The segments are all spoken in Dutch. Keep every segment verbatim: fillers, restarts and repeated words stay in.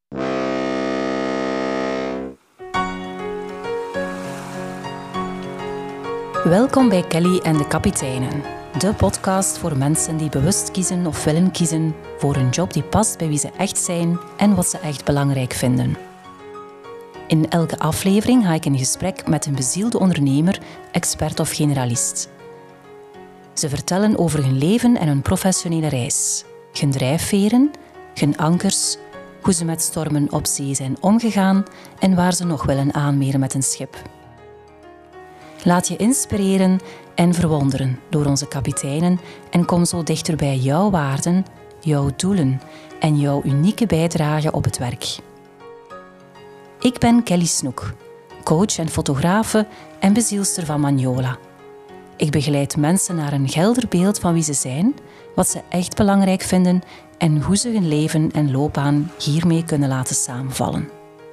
Welkom bij Kelly en de Kapiteinen, de podcast voor mensen die bewust kiezen of willen kiezen voor een job die past bij wie ze echt zijn en wat ze echt belangrijk vinden. In elke aflevering ga ik in gesprek met een bezielde ondernemer, expert of generalist. Ze vertellen over hun leven en hun professionele reis, hun drijfveren, hun ankers, hoe ze met stormen op zee zijn omgegaan en waar ze nog willen aanmeren met een schip. Laat je inspireren en verwonderen door onze kapiteinen en kom zo dichter bij jouw waarden, jouw doelen en jouw unieke bijdrage op het werk. Ik ben Kelly Snoek, coach en fotografe en bezielster van Magnola. Ik begeleid mensen naar een helder beeld van wie ze zijn, wat ze echt belangrijk vinden en hoe ze hun leven en loopbaan hiermee kunnen laten samenvallen.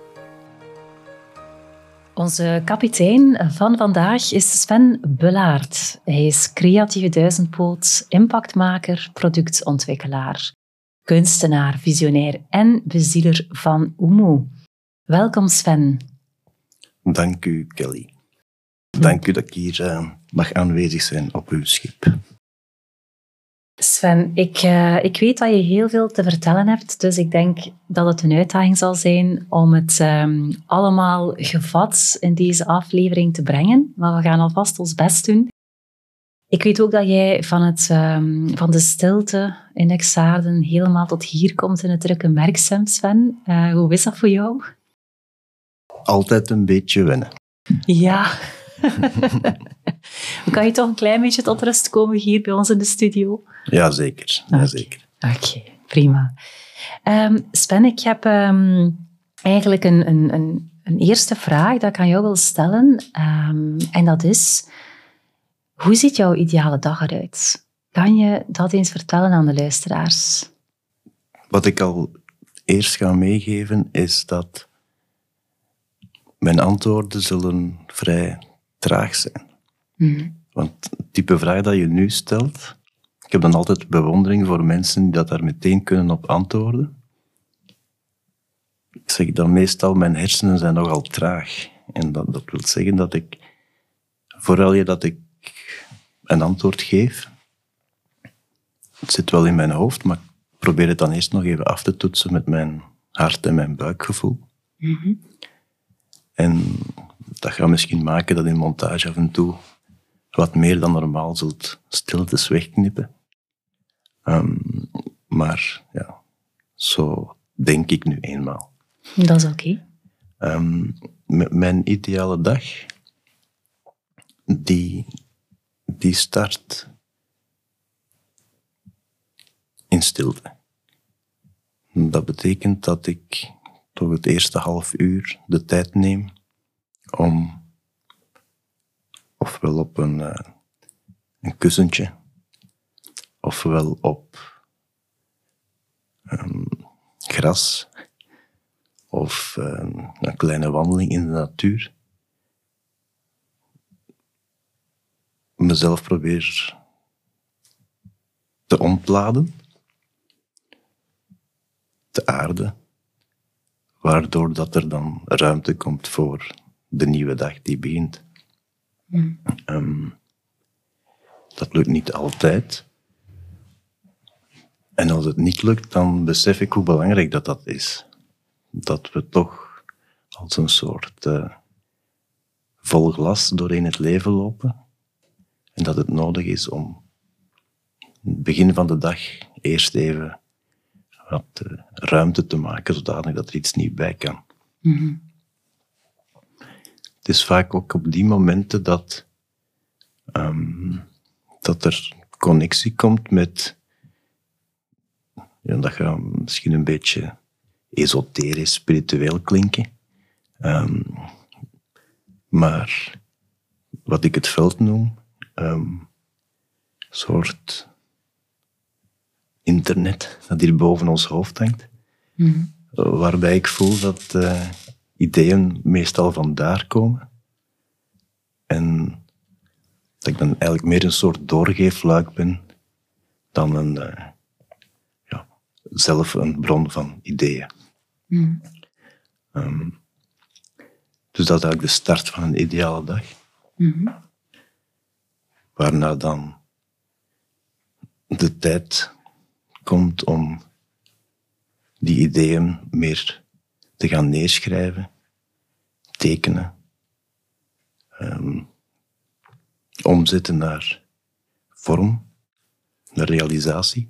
Onze kapitein van vandaag is Sven Bellaert. Hij is creatieve duizendpoot, impactmaker, productontwikkelaar, kunstenaar, visionair en bezieler van Oemo. Welkom Sven. Dank u, Kelly. Dank u dat ik hier uh, mag aanwezig zijn op uw schip. Sven, ik, uh, ik weet dat je heel veel te vertellen hebt, dus ik denk dat het een uitdaging zal zijn om het um, allemaal gevat in deze aflevering te brengen. Maar we gaan alvast ons best doen. Ik weet ook dat jij van, het, um, van de stilte in Exaarden helemaal tot hier komt in het drukke Merksem, Sven. Uh, hoe is dat voor jou? Altijd een beetje wennen. Ja. Kan je toch een klein beetje tot rust komen hier bij ons in de studio? Ja, zeker. Ja, Oké, zeker. okay, prima. Um, Sven, ik heb um, eigenlijk een, een, een, een eerste vraag dat ik aan jou wil stellen. Um, en dat is, hoe ziet jouw ideale dag eruit? Kan je dat eens vertellen aan de luisteraars? Wat ik al eerst ga meegeven, is dat mijn antwoorden zullen vrij traag zijn. Mm. Want het type vraag dat je nu stelt, ik heb dan altijd bewondering voor mensen die dat daar meteen kunnen op antwoorden. Ik zeg dan meestal, mijn hersenen zijn nogal traag. En dat, dat wil zeggen dat ik, vooral je dat ik een antwoord geef, het zit wel in mijn hoofd, maar ik probeer het dan eerst nog even af te toetsen met mijn hart en mijn buikgevoel. Mm-hmm. En dat gaat misschien maken dat in montage af en toe wat meer dan normaal zult stiltes wegknippen. Um, maar ja, zo denk ik nu eenmaal. Dat is oké. Okay. Um, m- mijn ideale dag, die, die start in stilte. Dat betekent dat ik toch het eerste half uur de tijd neem om ofwel op een, uh, een kussentje, ofwel op um, gras, of um, een kleine wandeling in de natuur, mezelf probeer te ontladen, te aarden, waardoor dat er dan ruimte komt voor de nieuwe dag die begint. Mm. Um, dat lukt niet altijd. En als het niet lukt, dan besef ik hoe belangrijk dat dat is. Dat we toch als een soort uh, vol glas doorheen het leven lopen. En dat het nodig is om het begin van de dag eerst even wat uh, ruimte te maken, zodanig dat er iets nieuws bij kan. Mm-hmm. Het is vaak ook op die momenten dat, um, dat er connectie komt met, ja, dat gaat misschien een beetje esoterisch, spiritueel klinken, um, maar wat ik het veld noem, um, soort internet dat hier boven ons hoofd hangt, mm-hmm. waarbij ik voel dat uh, ideeën meestal vandaar komen en dat ik dan eigenlijk meer een soort doorgeefluik ben dan een, uh, ja, zelf een bron van ideeën. Mm. Um, dus dat is eigenlijk de start van een ideale dag. Mm-hmm. Waarna dan de tijd komt om die ideeën meer te gaan neerschrijven, tekenen, um, omzetten naar vorm, naar realisatie.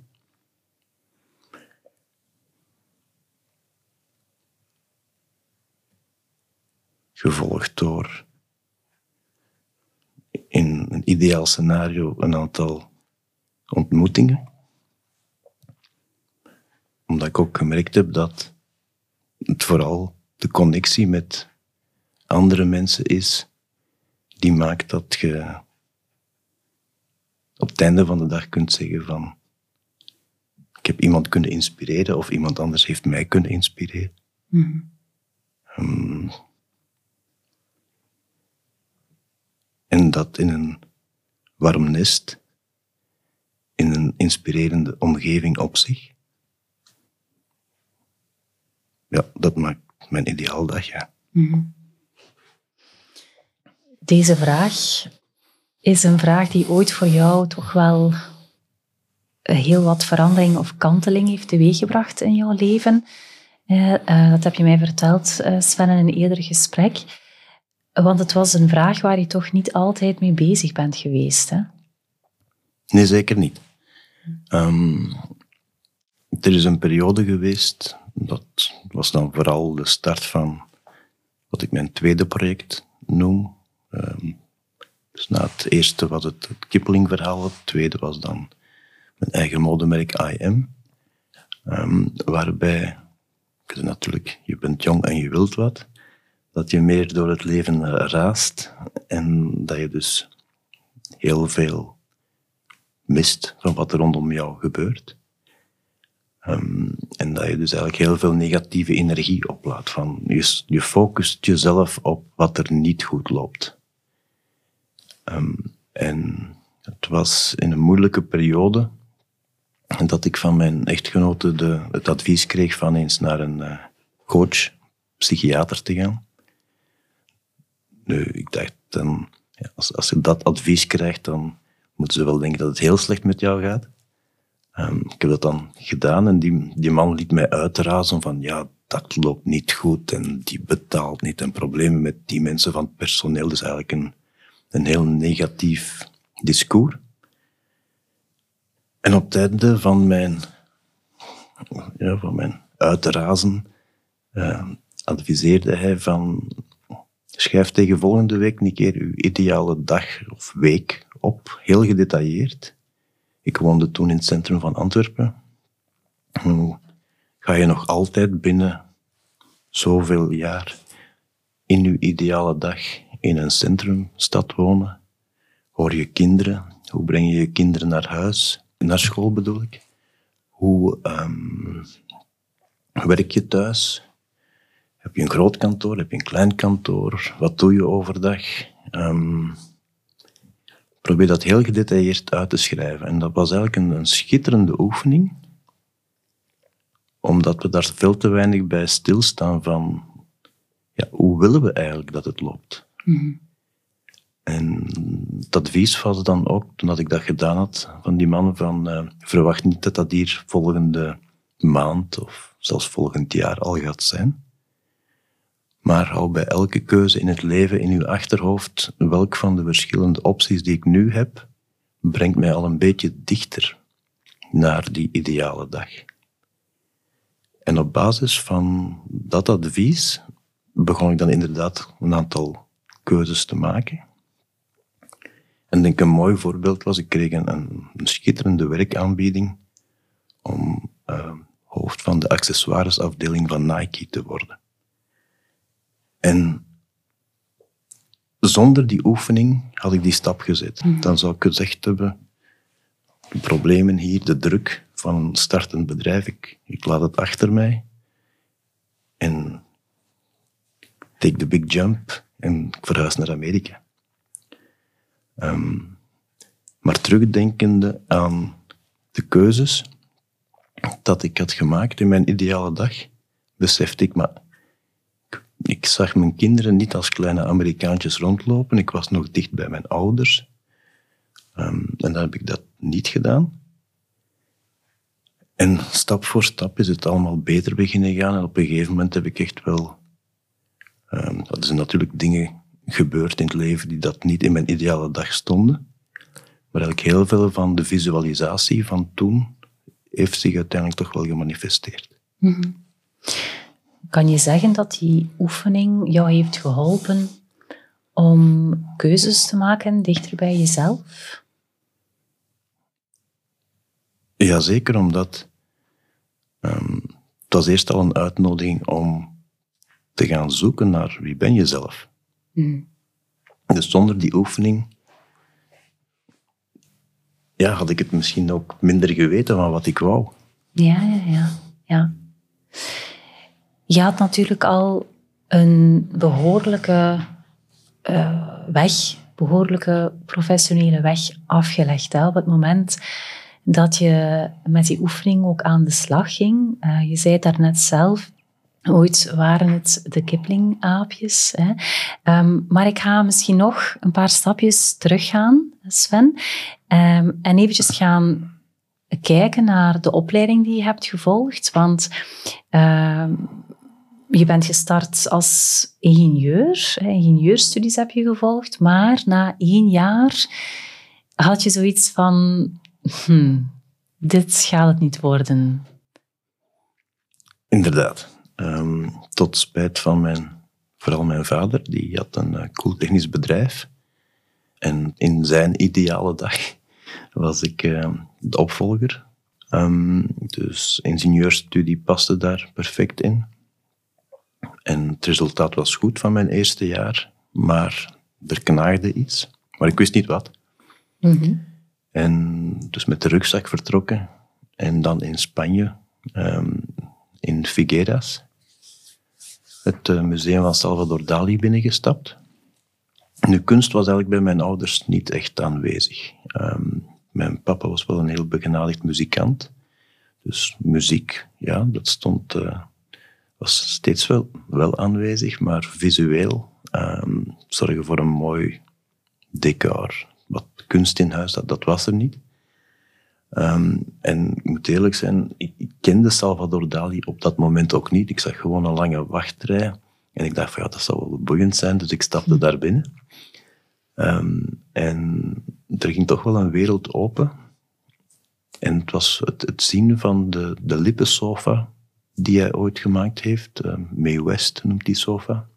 Gevolgd door in een ideaal scenario een aantal ontmoetingen. Omdat ik ook gemerkt heb dat het vooral de connectie met andere mensen is die maakt dat je op het einde van de dag kunt zeggen van ik heb iemand kunnen inspireren of iemand anders heeft mij kunnen inspireren. Mm-hmm. Um, en dat in een warm nest, in een inspirerende omgeving op zich. Ja, dat maakt mijn ideaaldag, ja. Mm-hmm. Deze vraag is een vraag die ooit voor jou toch wel heel wat verandering of kanteling heeft teweeggebracht in jouw leven. Uh, uh, dat heb je mij verteld, uh, Sven, in een eerder gesprek. Want het was een vraag waar je toch niet altijd mee bezig bent geweest, hè? Nee, zeker niet. Um, er is een periode geweest, dat was dan vooral de start van wat ik mijn tweede project noem. Um, dus na het eerste was het het Kipling-verhaal, het tweede was dan mijn eigen modemerk I am. Um, waarbij, natuurlijk, je bent jong en je wilt wat, dat je meer door het leven raast en dat je dus heel veel mist van wat er rondom jou gebeurt. Um, en dat je dus eigenlijk heel veel negatieve energie oplaat. Van je, je focust jezelf op wat er niet goed loopt. Um, en het was in een moeilijke periode dat ik van mijn echtgenote de, het advies kreeg van eens naar een uh, coach, psychiater te gaan. Nu, ik dacht, dan, ja, als, als je dat advies krijgt, dan moeten ze wel denken dat het heel slecht met jou gaat. Um, ik heb dat dan gedaan en die, die man liet mij uitrazen van ja, dat loopt niet goed en die betaalt niet en problemen met die mensen van het personeel. Dus eigenlijk een, een heel negatief discours. En op het einde van mijn, ja, van mijn uitrazen uh, adviseerde hij van schrijf tegen volgende week een keer uw ideale dag of week op, heel gedetailleerd. Ik woonde toen in het centrum van Antwerpen. Ga je nog altijd binnen zoveel jaar in uw ideale dag in een centrumstad wonen? Hoor je kinderen? Hoe breng je je kinderen naar huis? Naar school bedoel ik. Hoe um, werk je thuis? Heb je een groot kantoor? Heb je een klein kantoor? Wat doe je overdag? Um, probeer dat heel gedetailleerd uit te schrijven. En dat was eigenlijk een, een schitterende oefening. Omdat we daar veel te weinig bij stilstaan van... Ja, hoe willen we eigenlijk dat het loopt? Mm-hmm. En het advies was dan ook, toen ik dat gedaan had, van die man van... Uh, verwacht niet dat dat hier volgende maand of zelfs volgend jaar al gaat zijn. Maar hou bij elke keuze in het leven in uw achterhoofd welk van de verschillende opties die ik nu heb, brengt mij al een beetje dichter naar die ideale dag. En op basis van dat advies begon ik dan inderdaad een aantal keuzes te maken. En ik denk een mooi voorbeeld was, ik kreeg een, een schitterende werkaanbieding om uh, hoofd van de accessoiresafdeling van Nike te worden. En zonder die oefening had ik die stap gezet. Mm-hmm. Dan zou ik gezegd hebben, de problemen hier, de druk van een startend bedrijf, ik, ik laat het achter mij. En take the big jump en ik verhuis naar Amerika. Um, maar terugdenkende aan de keuzes dat ik had gemaakt in mijn ideale dag, besefte ik, maar ik, ik zag mijn kinderen niet als kleine Amerikaantjes rondlopen. Ik was nog dicht bij mijn ouders. Um, en dan heb ik dat niet gedaan. En stap voor stap is het allemaal beter beginnen gaan. En op een gegeven moment heb ik echt wel... Um, er zijn natuurlijk dingen gebeurd in het leven die dat niet in mijn ideale dag stonden. Maar eigenlijk heel veel van de visualisatie van toen heeft zich uiteindelijk toch wel gemanifesteerd. Mm-hmm. Kan je zeggen dat die oefening jou heeft geholpen om keuzes te maken dichter bij jezelf? Jazeker, omdat um, het was eerst al een uitnodiging om te gaan zoeken naar wie ben je zelf. Mm. Dus zonder die oefening ja, had ik het misschien ook minder geweten van wat ik wou. Ja, ja, ja. ja. Je had natuurlijk al een behoorlijke uh, weg, behoorlijke professionele weg afgelegd. Hè, op het moment dat je met die oefening ook aan de slag ging. Uh, je zei het daarnet zelf, ooit waren het de Kipling-aapjes. Hè. Um, maar ik ga misschien nog een paar stapjes teruggaan, Sven. Um, en eventjes gaan kijken naar de opleiding die je hebt gevolgd. Want uh, je bent gestart als ingenieur. Hè, ingenieurstudies heb je gevolgd. Maar na één jaar had je zoiets van... Hmm, dit gaat het niet worden. Inderdaad. Um, tot spijt van mijn, vooral mijn vader. Die had een uh, cool technisch bedrijf. En in zijn ideale dag was ik uh, de opvolger. Um, dus ingenieurstudie paste daar perfect in. En het resultaat was goed van mijn eerste jaar, maar er knaagde iets. Maar ik wist niet wat. Mm-hmm. En dus met de rugzak vertrokken. En dan in Spanje, um, in Figueras, het uh, museum van Salvador Dali binnengestapt. Nu, kunst was eigenlijk bij mijn ouders niet echt aanwezig. Um, mijn papa was wel een heel begenadigd muzikant. Dus muziek, ja, dat stond, uh, was steeds wel, wel aanwezig, maar visueel um, zorgen voor een mooi decor. Wat kunst in huis, dat, dat was er niet. Um, en ik moet eerlijk zijn, ik, ik kende Salvador Dali op dat moment ook niet. Ik zag gewoon een lange wachtrij. En ik dacht van ja, dat zou wel boeiend zijn, dus ik stapte daar binnen. Um, en er ging toch wel een wereld open. En het was het, het zien van de, de lippensofa die hij ooit gemaakt heeft. Uh, Mae West noemt die sofa.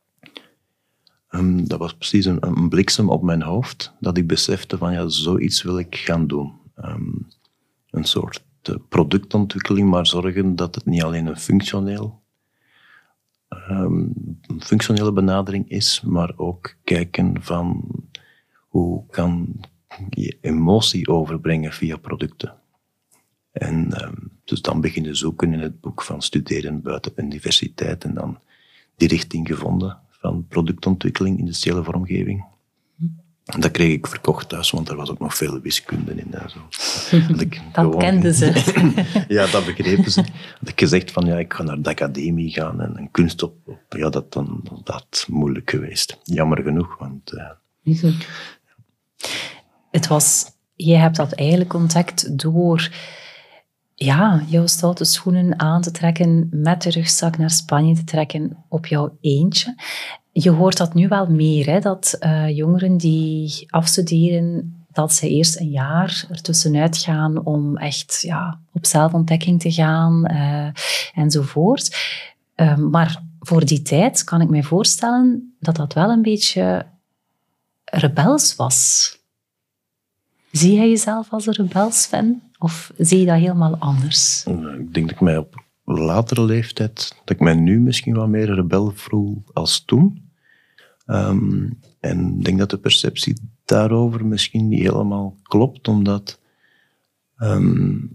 Um, dat was precies een, een bliksem op mijn hoofd, dat ik besefte van ja, zoiets wil ik gaan doen. Um, een soort uh, productontwikkeling, maar zorgen dat het niet alleen een functioneel Um, een functionele benadering is, maar ook kijken van hoe kan je emotie overbrengen via producten. En um, dus dan beginnen zoeken in het boek van studeren buiten de universiteit en dan die richting gevonden van productontwikkeling, industriële vormgeving. En dat kreeg ik verkocht thuis, want er was ook nog veel wiskunde in. En zo. Dat, ik dat gewoon... kenden ze. Ja, dat begrepen ze. Had ik gezegd van, ja, ik ga naar de academie gaan en een kunst op, op ja, dat dan dat moeilijk geweest. Jammer genoeg, want... Uh, Het was... Je hebt dat eigenlijk ontdekt door... Ja, jouw stoute schoenen aan te trekken, met de rugzak naar Spanje te trekken op jouw eentje. Je hoort dat nu wel meer, hè, dat uh, jongeren die afstuderen, dat ze eerst een jaar ertussenuit gaan om echt ja, op zelfontdekking te gaan uh, enzovoort. Uh, maar voor die tijd kan ik me voorstellen dat dat wel een beetje rebels was. Zie jij jezelf als een rebels fan? Of zie je dat helemaal anders? Ik denk dat ik mij op latere leeftijd, dat ik mij nu misschien wat meer rebel voel als toen. Um, en ik denk dat de perceptie daarover misschien niet helemaal klopt, omdat um,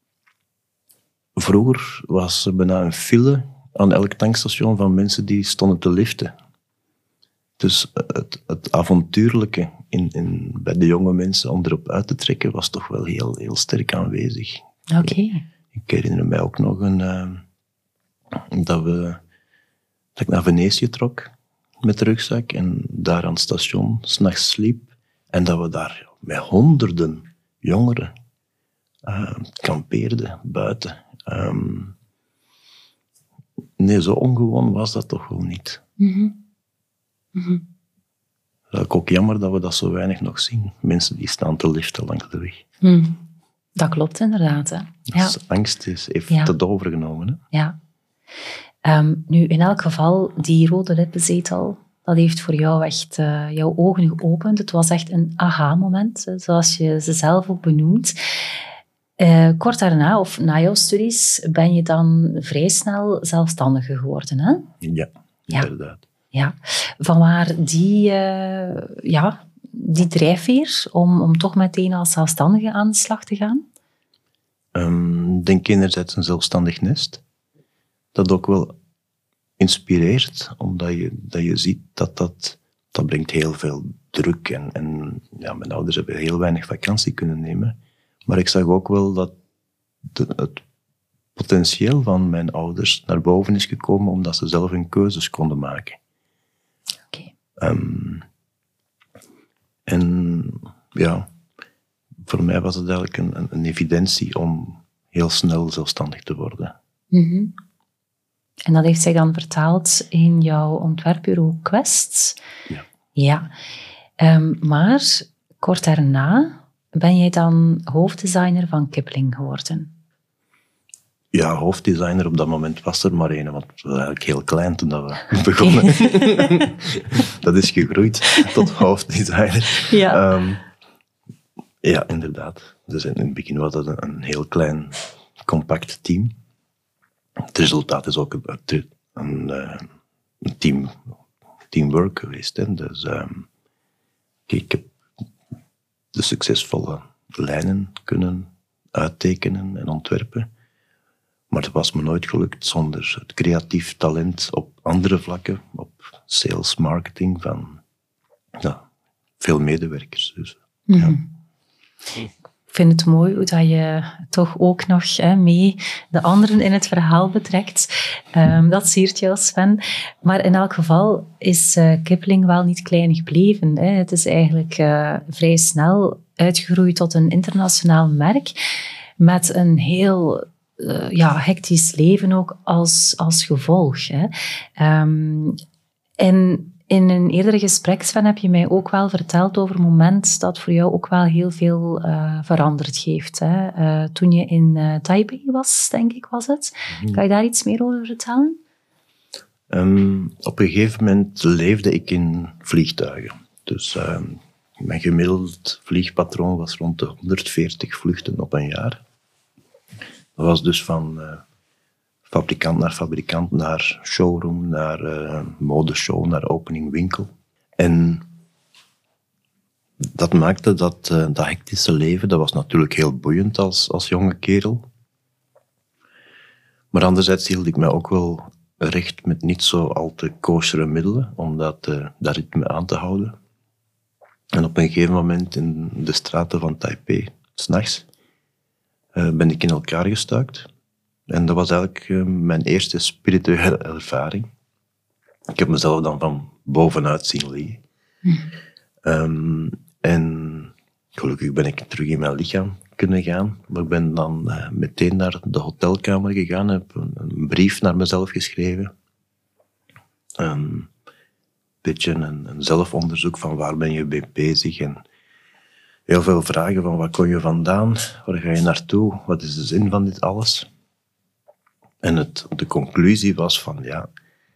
vroeger was er bijna een file aan elk tankstation van mensen die stonden te liften. Dus het, het avontuurlijke in, in, bij de jonge mensen om erop uit te trekken was toch wel heel, heel sterk aanwezig. Oké. Okay. Ik herinner mij ook nog een, uh, dat, we, dat ik naar Venetië trok met de rugzak en daar aan het station 's nachts sliep. En dat we daar met honderden jongeren uh, kampeerden buiten. Um, nee, zo ongewoon was dat toch wel niet. Mm-hmm. Mm-hmm. Dat is ook jammer dat we dat zo weinig nog zien. Mensen die staan te liften langs de weg. Mm. Dat klopt inderdaad. Hè. Ja. Dus angst is, heeft ja. het overgenomen. Hè? Ja. Um, nu, in elk geval, die rode lippenzetel, dat heeft voor jou echt uh, jouw ogen geopend. Het was echt een aha-moment, zoals je ze zelf ook benoemt. Uh, kort daarna, of na jouw studies, ben je dan vrij snel zelfstandige geworden, hè? Ja, inderdaad. Ja. Vanwaar die, uh, ja, die drijfveer om, om toch meteen als zelfstandige aan de slag te gaan? Um, ik denk enerzijds een zelfstandig nest. Dat ook wel inspireert, omdat je, dat je ziet dat dat, dat brengt heel veel druk. En, en ja, mijn ouders hebben heel weinig vakantie kunnen nemen. Maar ik zag ook wel dat de, het potentieel van mijn ouders naar boven is gekomen, omdat ze zelf hun keuzes konden maken. Okay. Um, en ja, voor mij was het eigenlijk een, een, een evidentie om heel snel zelfstandig te worden. Mm-hmm. En dat heeft zich dan vertaald in jouw ontwerpbureau Quest. Ja. Ja. Um, maar kort daarna ben jij dan hoofddesigner van Kipling geworden. Ja, hoofddesigner op dat moment was er maar één, want het was eigenlijk heel klein toen dat we begonnen. Okay. Dat is gegroeid tot hoofddesigner. Ja, um, ja inderdaad. Dus in het begin was dat een, een heel klein, compact team. Het resultaat is ook een, een, een team, teamwork geweest. Hè. Dus um, ik heb de succesvolle lijnen kunnen uittekenen en ontwerpen. Maar het was me nooit gelukt zonder het creatief talent op andere vlakken, op sales, marketing, van ja, veel medewerkers. Dus, mm-hmm. ja. Ik vind het mooi hoe dat je toch ook nog hè, mee de anderen in het verhaal betrekt. Um, dat siert jou, Sven. Maar in elk geval is uh, Kipling wel niet klein gebleven. Hè. Het is eigenlijk uh, vrij snel uitgegroeid tot een internationaal merk met een heel uh, ja, hectisch leven ook als, als gevolg. Hè. Um, en in een eerdere gesprek, Sven, heb je mij ook wel verteld over een moment dat voor jou ook wel heel veel uh, veranderd heeft. Hè? Uh, toen je in uh, Taipei was, denk ik, was het. Kan je daar iets meer over vertellen? Um, op een gegeven moment leefde ik in vliegtuigen. Dus um, mijn gemiddeld vliegpatroon was rond de honderdveertig vluchten op een jaar. Dat was dus van uh, fabrikant naar fabrikant, naar showroom, naar uh, modeshow, naar opening winkel. En dat maakte dat, uh, dat hectische leven, dat was natuurlijk heel boeiend als, als jonge kerel. Maar anderzijds hield ik mij ook wel recht met niet zo al te koosere middelen, om dat, uh, dat ritme aan te houden. En op een gegeven moment in de straten van Taipei, 's nachts, uh, ben ik in elkaar gestuikt. En dat was eigenlijk uh, mijn eerste spirituele ervaring. Ik heb mezelf dan van bovenuit zien liggen. Mm. Um, en gelukkig ben ik terug in mijn lichaam kunnen gaan. Maar ik ben dan uh, meteen naar de hotelkamer gegaan, heb een, een brief naar mezelf geschreven. Een beetje een, een zelfonderzoek van waar ben je mee bezig. En heel veel vragen van waar kom je vandaan, waar ga je naartoe, wat is de zin van dit alles. En het, de conclusie was van, ja,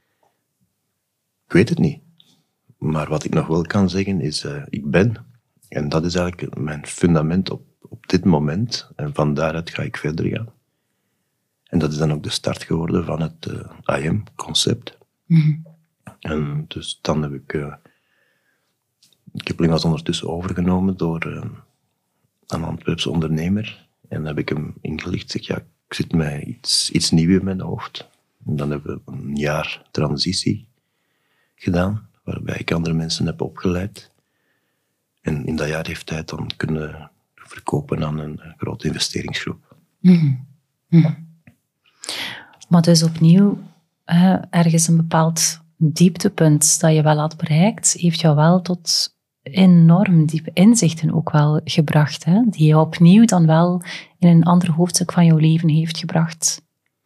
ik weet het niet. Maar wat ik nog wel kan zeggen is, uh, ik ben. En dat is eigenlijk mijn fundament op, op dit moment. En van daaruit ga ik verder gaan. En dat is dan ook de start geworden van het uh, I am-concept. Mm-hmm. En dus dan heb ik... Uh, Kipling was ondertussen overgenomen door uh, een Antwerpse ondernemer. En dan heb ik hem ingelicht. Zeg, ja, ik zit met iets, iets nieuws in mijn hoofd. En dan hebben we een jaar transitie gedaan, waarbij ik andere mensen heb opgeleid. En in dat jaar heeft hij het dan kunnen verkopen aan een grote investeringsgroep. Mm-hmm. Mm-hmm. Maar dus opnieuw uh, ergens een bepaald dieptepunt dat je wel had bereikt, heeft jou wel tot enorm diepe inzichten ook wel gebracht, hè? Die je opnieuw dan wel in een ander hoofdstuk van jouw leven heeft gebracht.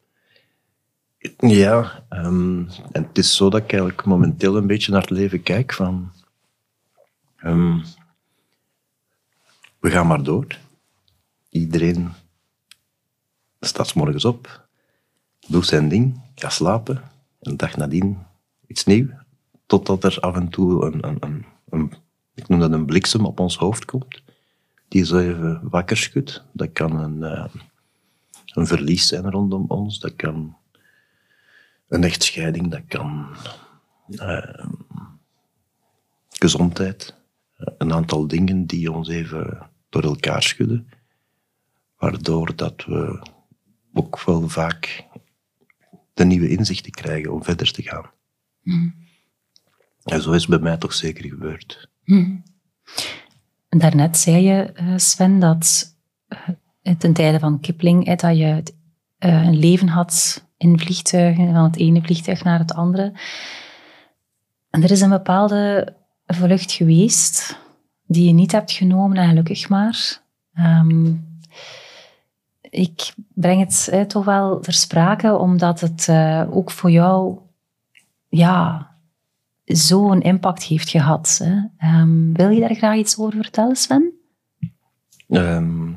Ja, um, en het is zo dat ik eigenlijk momenteel een beetje naar het leven kijk van... Um, we gaan maar door. Iedereen staat 's morgens op, doet zijn ding, gaat slapen, een dag nadien iets nieuws, totdat er af en toe een, een, een, een, ik noem dat een bliksem op ons hoofd komt, die zo even wakker schudt. Dat kan een, uh, een verlies zijn rondom ons, dat kan een echtscheiding, dat kan uh, gezondheid, een aantal dingen die ons even door elkaar schudden, waardoor dat we ook wel vaak de nieuwe inzichten krijgen om verder te gaan. Mm. En zo is het bij mij toch zeker gebeurd. Mm. Daarnet zei je, Sven, dat ten tijde van Kipling, dat je een leven had in vliegtuigen, van het ene vliegtuig naar het andere. En er is een bepaalde vlucht geweest die je niet hebt genomen, en gelukkig maar. Um, ik breng het eh, toch wel ter sprake, omdat het uh, ook voor jou ja, zo'n impact heeft gehad. Hè. Um, wil je daar graag iets over vertellen, Sven? Um,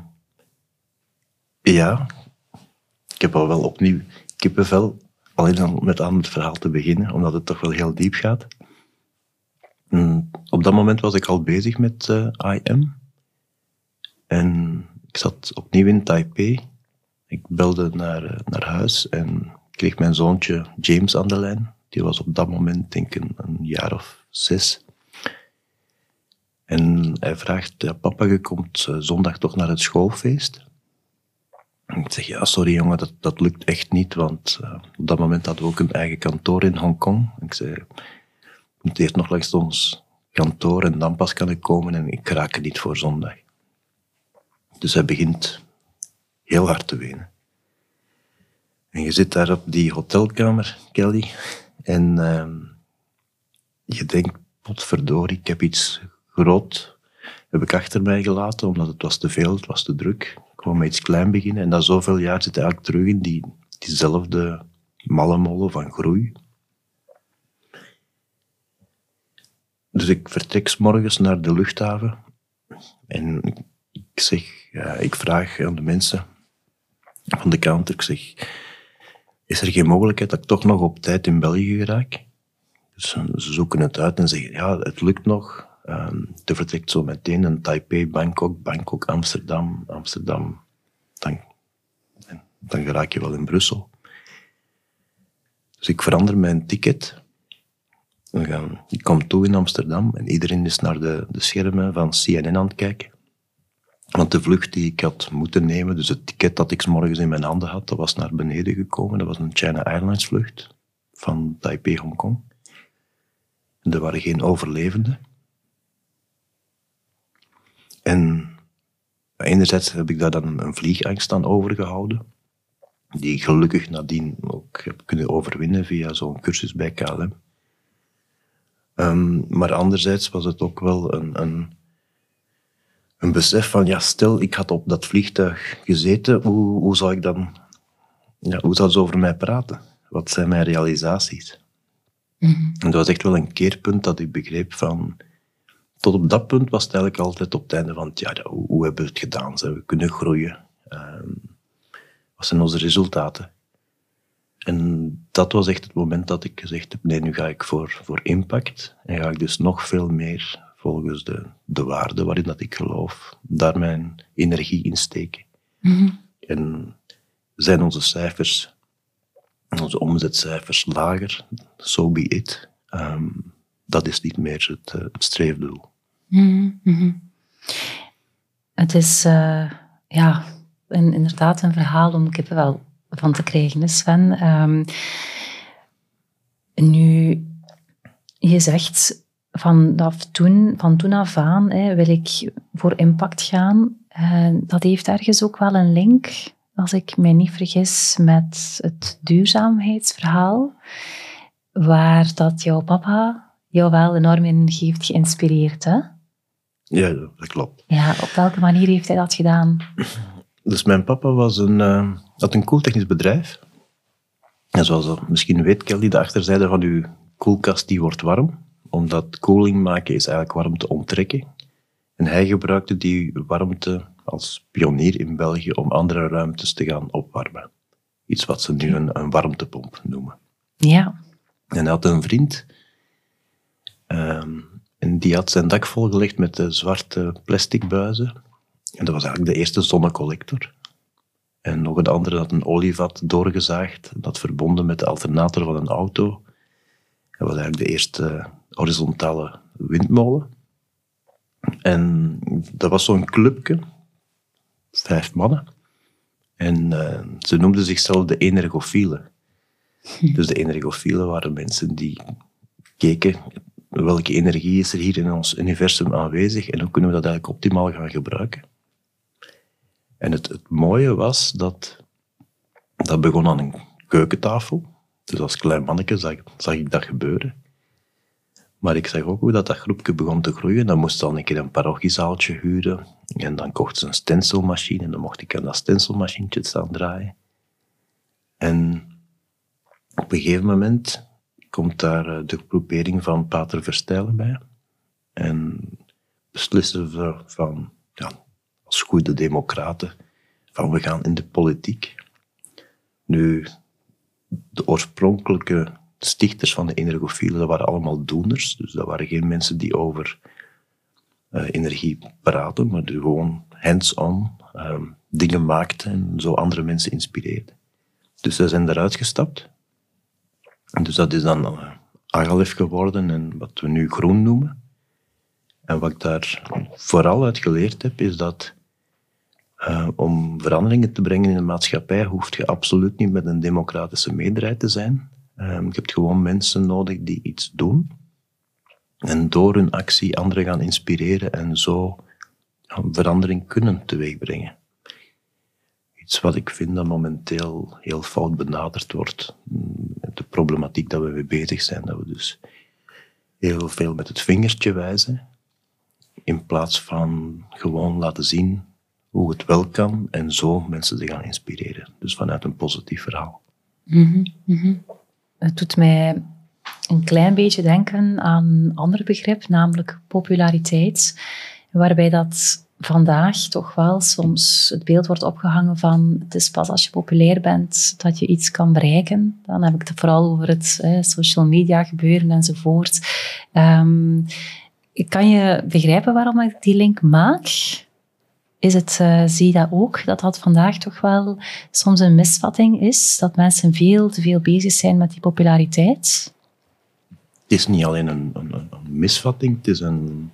ja, ik heb al wel opnieuw kippenvel, alleen al met aan het verhaal te beginnen, omdat het toch wel heel diep gaat. Um, op dat moment was ik al bezig met uh, I M. En ik zat opnieuw in Taipei. Ik belde naar, naar huis en kreeg mijn zoontje James aan de lijn. Die was op dat moment, denk ik, een, een jaar of zes. En hij vraagt, ja, papa, je komt zondag toch naar het schoolfeest? En ik zeg, ja, sorry jongen, dat, dat lukt echt niet, want uh, op dat moment hadden we ook een eigen kantoor in Hongkong. Ik zei, ik moet eerst nog langs ons kantoor en dan pas kan ik komen en ik raak er niet voor zondag. Dus hij begint heel hard te wenen. En je zit daar op die hotelkamer, Kelly, en uh, je denkt, potverdorie, ik heb iets groot, heb ik achter mij gelaten, omdat het was te veel, het was te druk. Ik wou met iets klein beginnen en na zoveel jaar zit hij eigenlijk terug in die, diezelfde malle molen van groei. Dus ik vertrek 's morgens naar de luchthaven en ik zeg, ja, ik vraag aan de mensen van de counter, ik zeg, is er geen mogelijkheid dat ik toch nog op tijd in België geraak? Dus ze zoeken het uit en zeggen, ja, het lukt nog. Um, er vertrekt zo meteen een Taipei, Bangkok, Bangkok, Amsterdam, Amsterdam. Dan, dan geraak je wel in Brussel. Dus ik verander mijn ticket. We gaan, ik kom toe in Amsterdam en iedereen is naar de, de schermen van C N N aan het kijken. Want de vlucht die ik had moeten nemen, dus het ticket dat ik 's morgens in mijn handen had, dat was naar beneden gekomen. Dat was een China Airlines vlucht van Taipei, Hongkong. En er waren geen overlevenden. En enerzijds heb ik daar dan een vliegangst aan overgehouden, die ik gelukkig nadien ook heb kunnen overwinnen via zo'n cursus bij K L M. Um, maar anderzijds was het ook wel een, een, een besef van, ja, stel, ik had op dat vliegtuig gezeten, hoe, hoe zou ik dan, ja, hoe zou ze over mij praten? Wat zijn mijn realisaties? Mm-hmm. En dat was echt wel een keerpunt dat ik begreep van, tot op dat punt was het eigenlijk altijd op het einde van, ja, hoe, hoe hebben we het gedaan? Zijn we kunnen groeien? Um, wat zijn onze resultaten? En dat was echt het moment dat ik gezegd heb, nee, nu ga ik voor, voor impact. En ga ik dus nog veel meer volgens de, de waarden waarin dat ik geloof, daar mijn energie in steken. Mm-hmm. En zijn onze cijfers, onze omzetcijfers lager, so be it. Um, dat is niet meer het, uh, het streefdoel. Mm-hmm. Het is uh, ja, een, inderdaad een verhaal om kippenvel van te krijgen, Sven. Um, nu, je zegt vanaf toen, van toen af aan hè, wil ik voor impact gaan. Uh, dat heeft ergens ook wel een link als ik mij niet vergis, met het duurzaamheidsverhaal, waar dat jouw papa jou wel enorm in heeft geïnspireerd, hè? Ja, dat klopt. Ja, op welke manier heeft hij dat gedaan? Dus mijn papa was een, uh, had een koeltechnisch bedrijf. En zoals je misschien weet, Kelly, de achterzijde van uw koelkast die wordt warm. Omdat koeling maken is eigenlijk warmte onttrekken. En hij gebruikte die warmte als pionier in België om andere ruimtes te gaan opwarmen. Iets wat ze nu een, een warmtepomp noemen. Ja. En hij had een vriend. Um, en die had zijn dak volgelegd met de zwarte plastic buizen. En dat was eigenlijk de eerste zonnecollector. En nog een andere had een olievat doorgezaagd. Dat verbonden met de alternator van een auto. Dat was eigenlijk de eerste horizontale windmolen. En dat was zo'n clubje. Vijf mannen. En uh, ze noemden zichzelf de energofielen. Dus de energofielen waren mensen die keken welke energie is er hier in ons universum aanwezig en hoe kunnen we dat eigenlijk optimaal gaan gebruiken. En het, het mooie was dat dat begon aan een keukentafel. Dus als klein manneke zag, zag ik dat gebeuren. Maar ik zag ook hoe dat, dat groepje begon te groeien. Dan moest dan een keer een parochiezaaltje huren. En dan kocht ze een stencilmachine. En dan mocht ik aan dat stencilmachientje staan draaien. En op een gegeven moment komt daar de groepering van Pater Verstijlen bij. En beslissen we van, ja, als goede democraten, van we gaan in de politiek. Nu, de oorspronkelijke stichters van de energofielen, dat waren allemaal doeners. Dus dat waren geen mensen die over uh, energie praten, maar die gewoon hands-on uh, dingen maakten en zo andere mensen inspireerden. Dus zij zijn eruit gestapt. En dus dat is dan uh, Agalef geworden en wat we nu groen noemen. En wat ik daar vooral uit geleerd heb, is dat uh, om veranderingen te brengen in de maatschappij, hoeft je absoluut niet met een democratische meerderheid te zijn. Uh, je hebt gewoon mensen nodig die iets doen. En door hun actie anderen gaan inspireren en zo een verandering kunnen teweegbrengen. Iets wat ik vind dat momenteel heel fout benaderd wordt. Met de problematiek dat we mee bezig zijn. Dat we dus heel veel met het vingertje wijzen. In plaats van gewoon laten zien hoe het wel kan. En zo mensen te gaan inspireren. Dus vanuit een positief verhaal. Mm-hmm, mm-hmm. Het doet mij een klein beetje denken aan een ander begrip. Namelijk populariteit. Waarbij dat vandaag toch wel soms het beeld wordt opgehangen van het is pas als je populair bent dat je iets kan bereiken. Dan heb ik het vooral over het eh, social media gebeuren enzovoort. Um, kan je begrijpen waarom ik die link maak? Is het, uh, zie je dat ook, dat dat vandaag toch wel soms een misvatting is? Dat mensen veel te veel bezig zijn met die populariteit? Het is niet alleen een, een, een misvatting, het is een...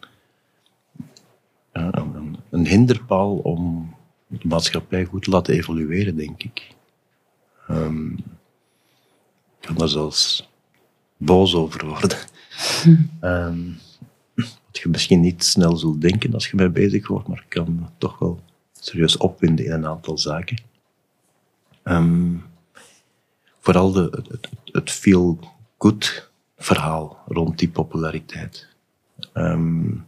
Een, een hinderpaal om de maatschappij goed te laten evolueren, denk ik. Um, ik kan daar zelfs boos over worden. Hm. Um, wat je misschien niet snel zult denken als je mee bezig wordt, maar ik kan me toch wel serieus opwinden in een aantal zaken. Um, vooral de, het, het feel-good verhaal rond die populariteit. Um,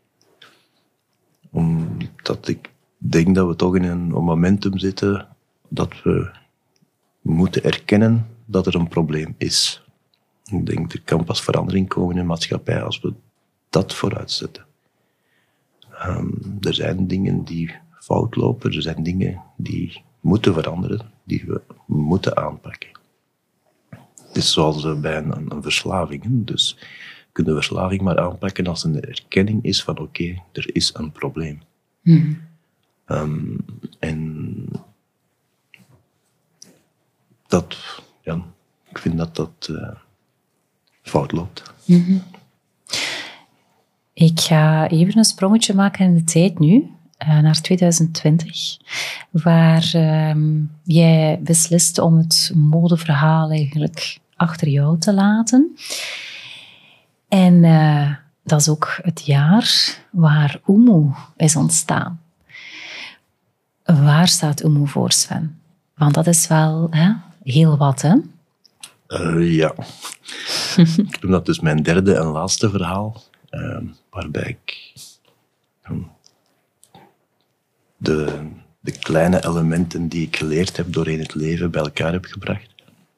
Omdat ik denk dat we toch in een momentum zitten dat we moeten erkennen dat er een probleem is. Ik denk er kan pas verandering komen in de maatschappij als we dat vooruitzetten. Um, er zijn dingen die fout lopen, er zijn dingen die moeten veranderen, die we moeten aanpakken. Het is zoals bij een, een verslaving. Dus je kunt de verslaving maar aanpakken als een erkenning is van oké, okay, er is een probleem. Mm. Um, en dat, ja, ik vind dat dat uh, fout loopt. Mm-hmm. Ik ga even een sprongetje maken in de tijd nu, uh, naar twintig twintig, waar uh, jij beslist om het modeverhaal eigenlijk achter jou te laten. En uh, dat is ook het jaar waar Oemo is ontstaan. Waar staat Oemo voor, Sven? Want dat is wel hè, heel wat, hè? Uh, ja. Ik noem dat dus mijn derde en laatste verhaal, uh, waarbij ik um, de, de kleine elementen die ik geleerd heb doorheen het leven bij elkaar heb gebracht.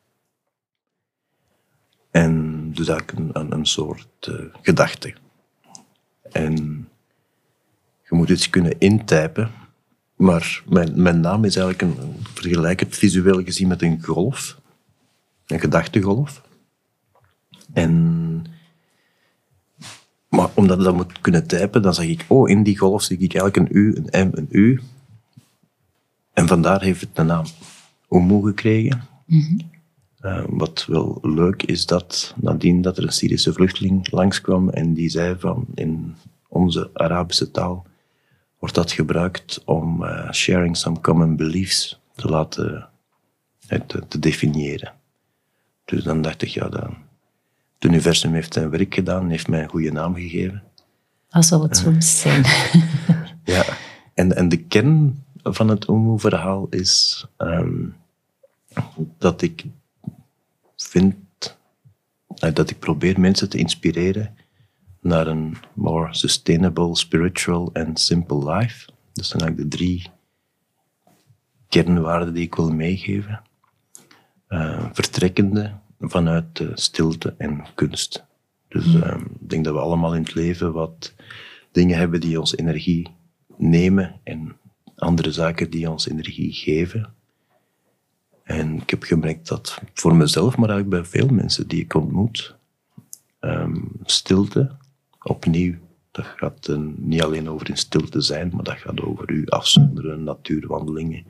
En dus eigenlijk een, een, een soort uh, gedachte. En je moet iets kunnen intypen, maar mijn, mijn naam is eigenlijk een, een vergelijk het visueel gezien met een golf. Een gedachtegolf. En, maar omdat ik dat moet kunnen typen, dan zeg ik, oh, in die golf zie ik eigenlijk een U, een M, een U. En vandaar heeft het een naam Omoe gekregen. Mm-hmm. Uh, wat wel leuk is, dat nadien dat er een Syrische vluchteling langskwam en die zei van, in onze Arabische taal wordt dat gebruikt om uh, sharing some common beliefs te laten, uh, te, te definiëren. Dus dan dacht ik, ja, dan, het universum heeft zijn werk gedaan, heeft mij een goede naam gegeven. Dat zou het soms zijn. Ja, en, en de kern van het Omoe-verhaal is um, dat ik vind, dat ik probeer mensen te inspireren naar een more sustainable, spiritual and simple life. Dat zijn eigenlijk de drie kernwaarden die ik wil meegeven. Uh, vertrekkende vanuit uh, stilte en kunst. Dus uh, ik denk dat we allemaal in het leven wat dingen hebben die ons energie nemen en andere zaken die ons energie geven. En ik heb gemerkt dat voor mezelf, maar eigenlijk bij veel mensen die ik ontmoet, um, stilte, opnieuw, dat gaat uh, niet alleen over in stilte zijn, maar dat gaat over u afzonderen, natuurwandelingen.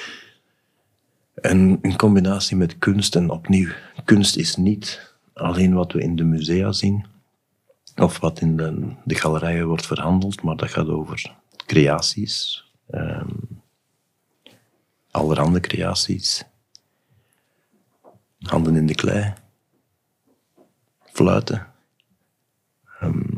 En in combinatie met kunst, en opnieuw, kunst is niet alleen wat we in de musea zien, of wat in de, de galerijen wordt verhandeld, maar dat gaat over creaties, um, allerhande creaties, handen in de klei, fluiten, um,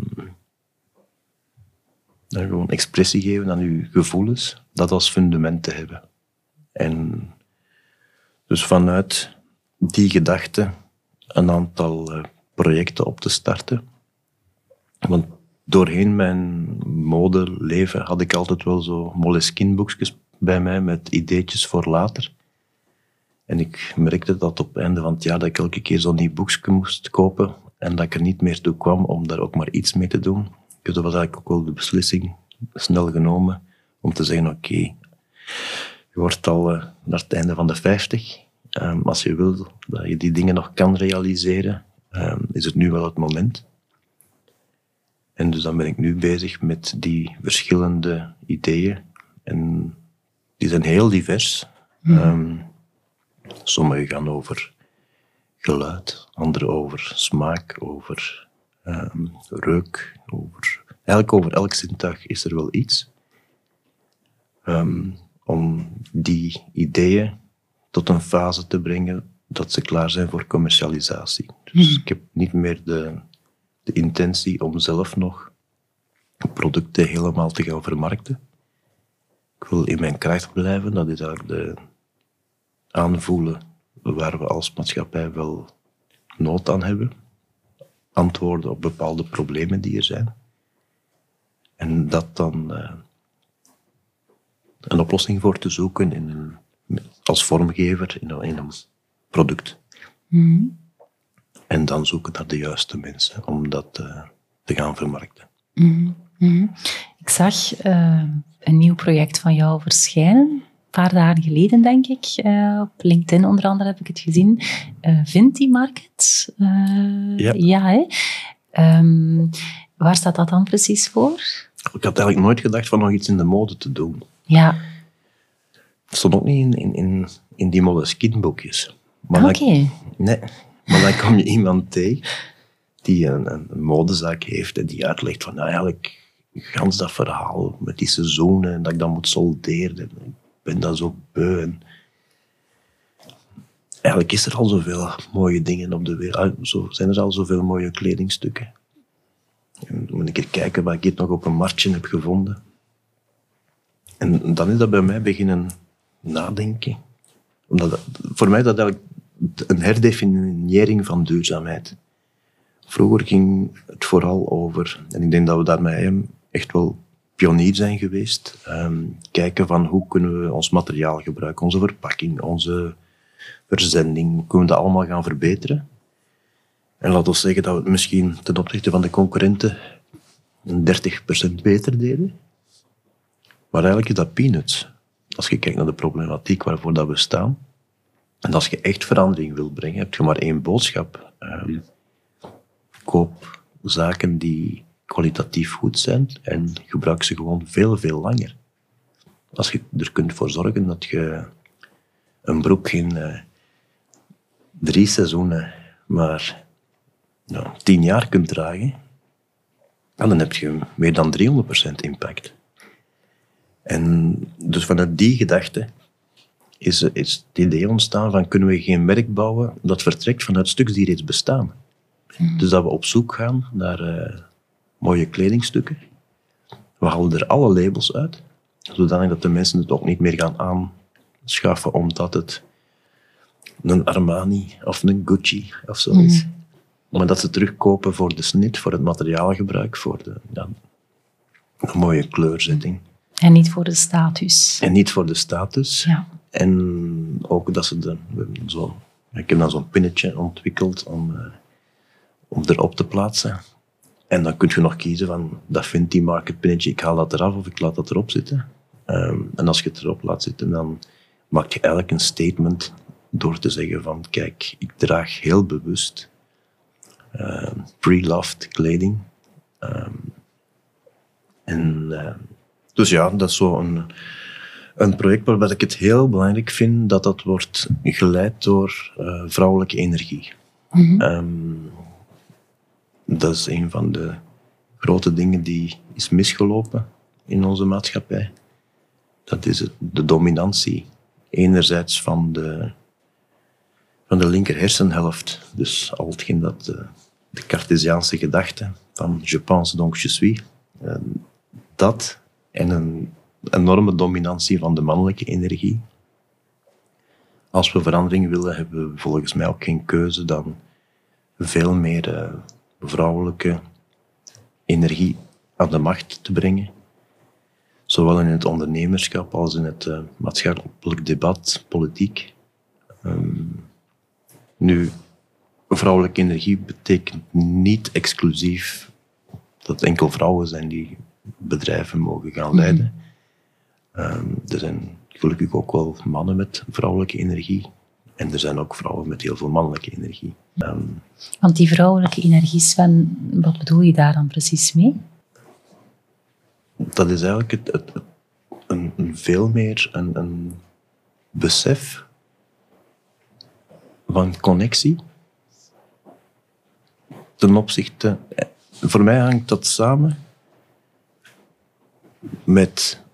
en gewoon expressie geven aan uw gevoelens, dat als fundament te hebben. En dus vanuit die gedachte een aantal uh, projecten op te starten. Want doorheen mijn modeleven had ik altijd wel zo Moleskine-boekjes bij mij met ideetjes voor later. En ik merkte dat op het einde van het jaar dat ik elke keer zo'n nieuw boekje moest kopen en dat ik er niet meer toe kwam om daar ook maar iets mee te doen. Dus dat was eigenlijk ook wel de beslissing snel genomen om te zeggen, oké, okay, je wordt al uh, naar het einde van de vijftig. Um, als je wil dat je die dingen nog kan realiseren, um, is het nu wel het moment. En dus dan ben ik nu bezig met die verschillende ideeën. En die zijn heel divers. Mm. Um, sommige gaan over geluid, andere over smaak, over um, reuk. Over, eigenlijk over elk zintuig is er wel iets. Um, om die ideeën tot een fase te brengen dat ze klaar zijn voor commercialisatie. Dus mm. ik heb niet meer de, de intentie om zelf nog producten helemaal te gaan vermarkten. Ik wil in mijn kracht blijven, dat is eigenlijk de aanvoelen waar we als maatschappij wel nood aan hebben. Antwoorden op bepaalde problemen die er zijn. En dat dan uh, een oplossing voor te zoeken in een, als vormgever in een, in een product. Mm-hmm. En dan zoeken naar de juiste mensen om dat uh, te gaan vermarkten. Mm-hmm. Ik zag uh, een nieuw project van jou verschijnen. Een paar dagen geleden, denk ik. Uh, op LinkedIn onder andere heb ik het gezien. Uh, Vinti Market. Uh, ja. ja hè? Um, waar staat dat dan precies voor? Ik had eigenlijk nooit gedacht van nog iets in de mode te doen. Ja. Het stond ook niet in, in, in, in die Moleskine-boekjes. Oké. Okay. Nee, maar dan kom je iemand tegen die een, een modezaak heeft en die uitlegt van, nou eigenlijk, gans dat verhaal met die seizoenen en dat ik dat moet solderen. Ik ben dat zo beu. En eigenlijk is er al zoveel mooie dingen op de wereld. Zo zijn er al zoveel mooie kledingstukken. En moet ik keer kijken wat ik hier nog op een marktje heb gevonden. En dan is dat bij mij beginnen nadenken. omdat, voor mij is dat eigenlijk een herdefiniëring van duurzaamheid. Vroeger ging het vooral over, en ik denk dat we daarmee echt wel pionier zijn geweest, um, kijken van hoe kunnen we ons materiaal gebruiken, onze verpakking, onze verzending, hoe kunnen we dat allemaal gaan verbeteren. En laten we zeggen dat we het misschien ten opzichte van de concurrenten een dertig procent beter deden. Maar eigenlijk is dat peanuts. Als je kijkt naar de problematiek waarvoor dat we staan. En als je echt verandering wil brengen, heb je maar één boodschap. Um, koop zaken die kwalitatief goed zijn en gebruik ze gewoon veel, veel langer. Als je er kunt voor zorgen dat je een broek geen uh, drie seizoenen, maar nou, tien jaar kunt dragen, dan heb je meer dan driehonderd procent impact. En dus vanuit die gedachte is, is het idee ontstaan van kunnen we geen merk bouwen dat vertrekt vanuit stuks die reeds bestaan. Mm. Dus dat we op zoek gaan naar uh, mooie kledingstukken. We halen er alle labels uit, zodanig dat de mensen het ook niet meer gaan aanschaffen omdat het een Armani of een Gucci of zo is. Mm. Maar dat ze terugkopen voor de snit, voor het materiaalgebruik, voor de, ja, een mooie kleurzetting. En niet voor de status. En niet voor de status. Ja. En ook dat ze de, zo, ik heb dan zo'n pinnetje ontwikkeld om, uh, om erop te plaatsen. En dan kun je nog kiezen van, dat vindt die market pinnetje, ik haal dat eraf of ik laat dat erop zitten. Um, en als je het erop laat zitten, dan maak je eigenlijk een statement door te zeggen van, kijk, ik draag heel bewust uh, pre-loved kleding. Um, en uh, dus ja, dat is zo een, een project waarbij ik het heel belangrijk vind dat dat wordt geleid door uh, vrouwelijke energie. Mm-hmm. Um, dat is een van de grote dingen die is misgelopen in onze maatschappij. Dat is het, de dominantie enerzijds van de, van de linker hersenhelft. Dus al hetgeen dat de, de Cartesiaanse gedachte van je pense donc je suis. Uh, dat en een enorme dominantie van de mannelijke energie. Als we verandering willen, hebben we volgens mij ook geen keuze dan veel meer uh, vrouwelijke energie aan de macht te brengen. Zowel in het ondernemerschap als in het uh, maatschappelijk debat, politiek. Um, nu, vrouwelijke energie betekent niet exclusief dat enkel vrouwen zijn die bedrijven mogen gaan leiden. Mm-hmm. Um, er zijn gelukkig ook wel mannen met vrouwelijke energie. En er zijn ook vrouwen met heel veel mannelijke energie. Um, Want die vrouwelijke energie, Sven, wat bedoel je daar dan precies mee? Dat is eigenlijk het, het, het, een, een veel meer een, een besef van connectie ten opzichte... Voor mij hangt dat samen met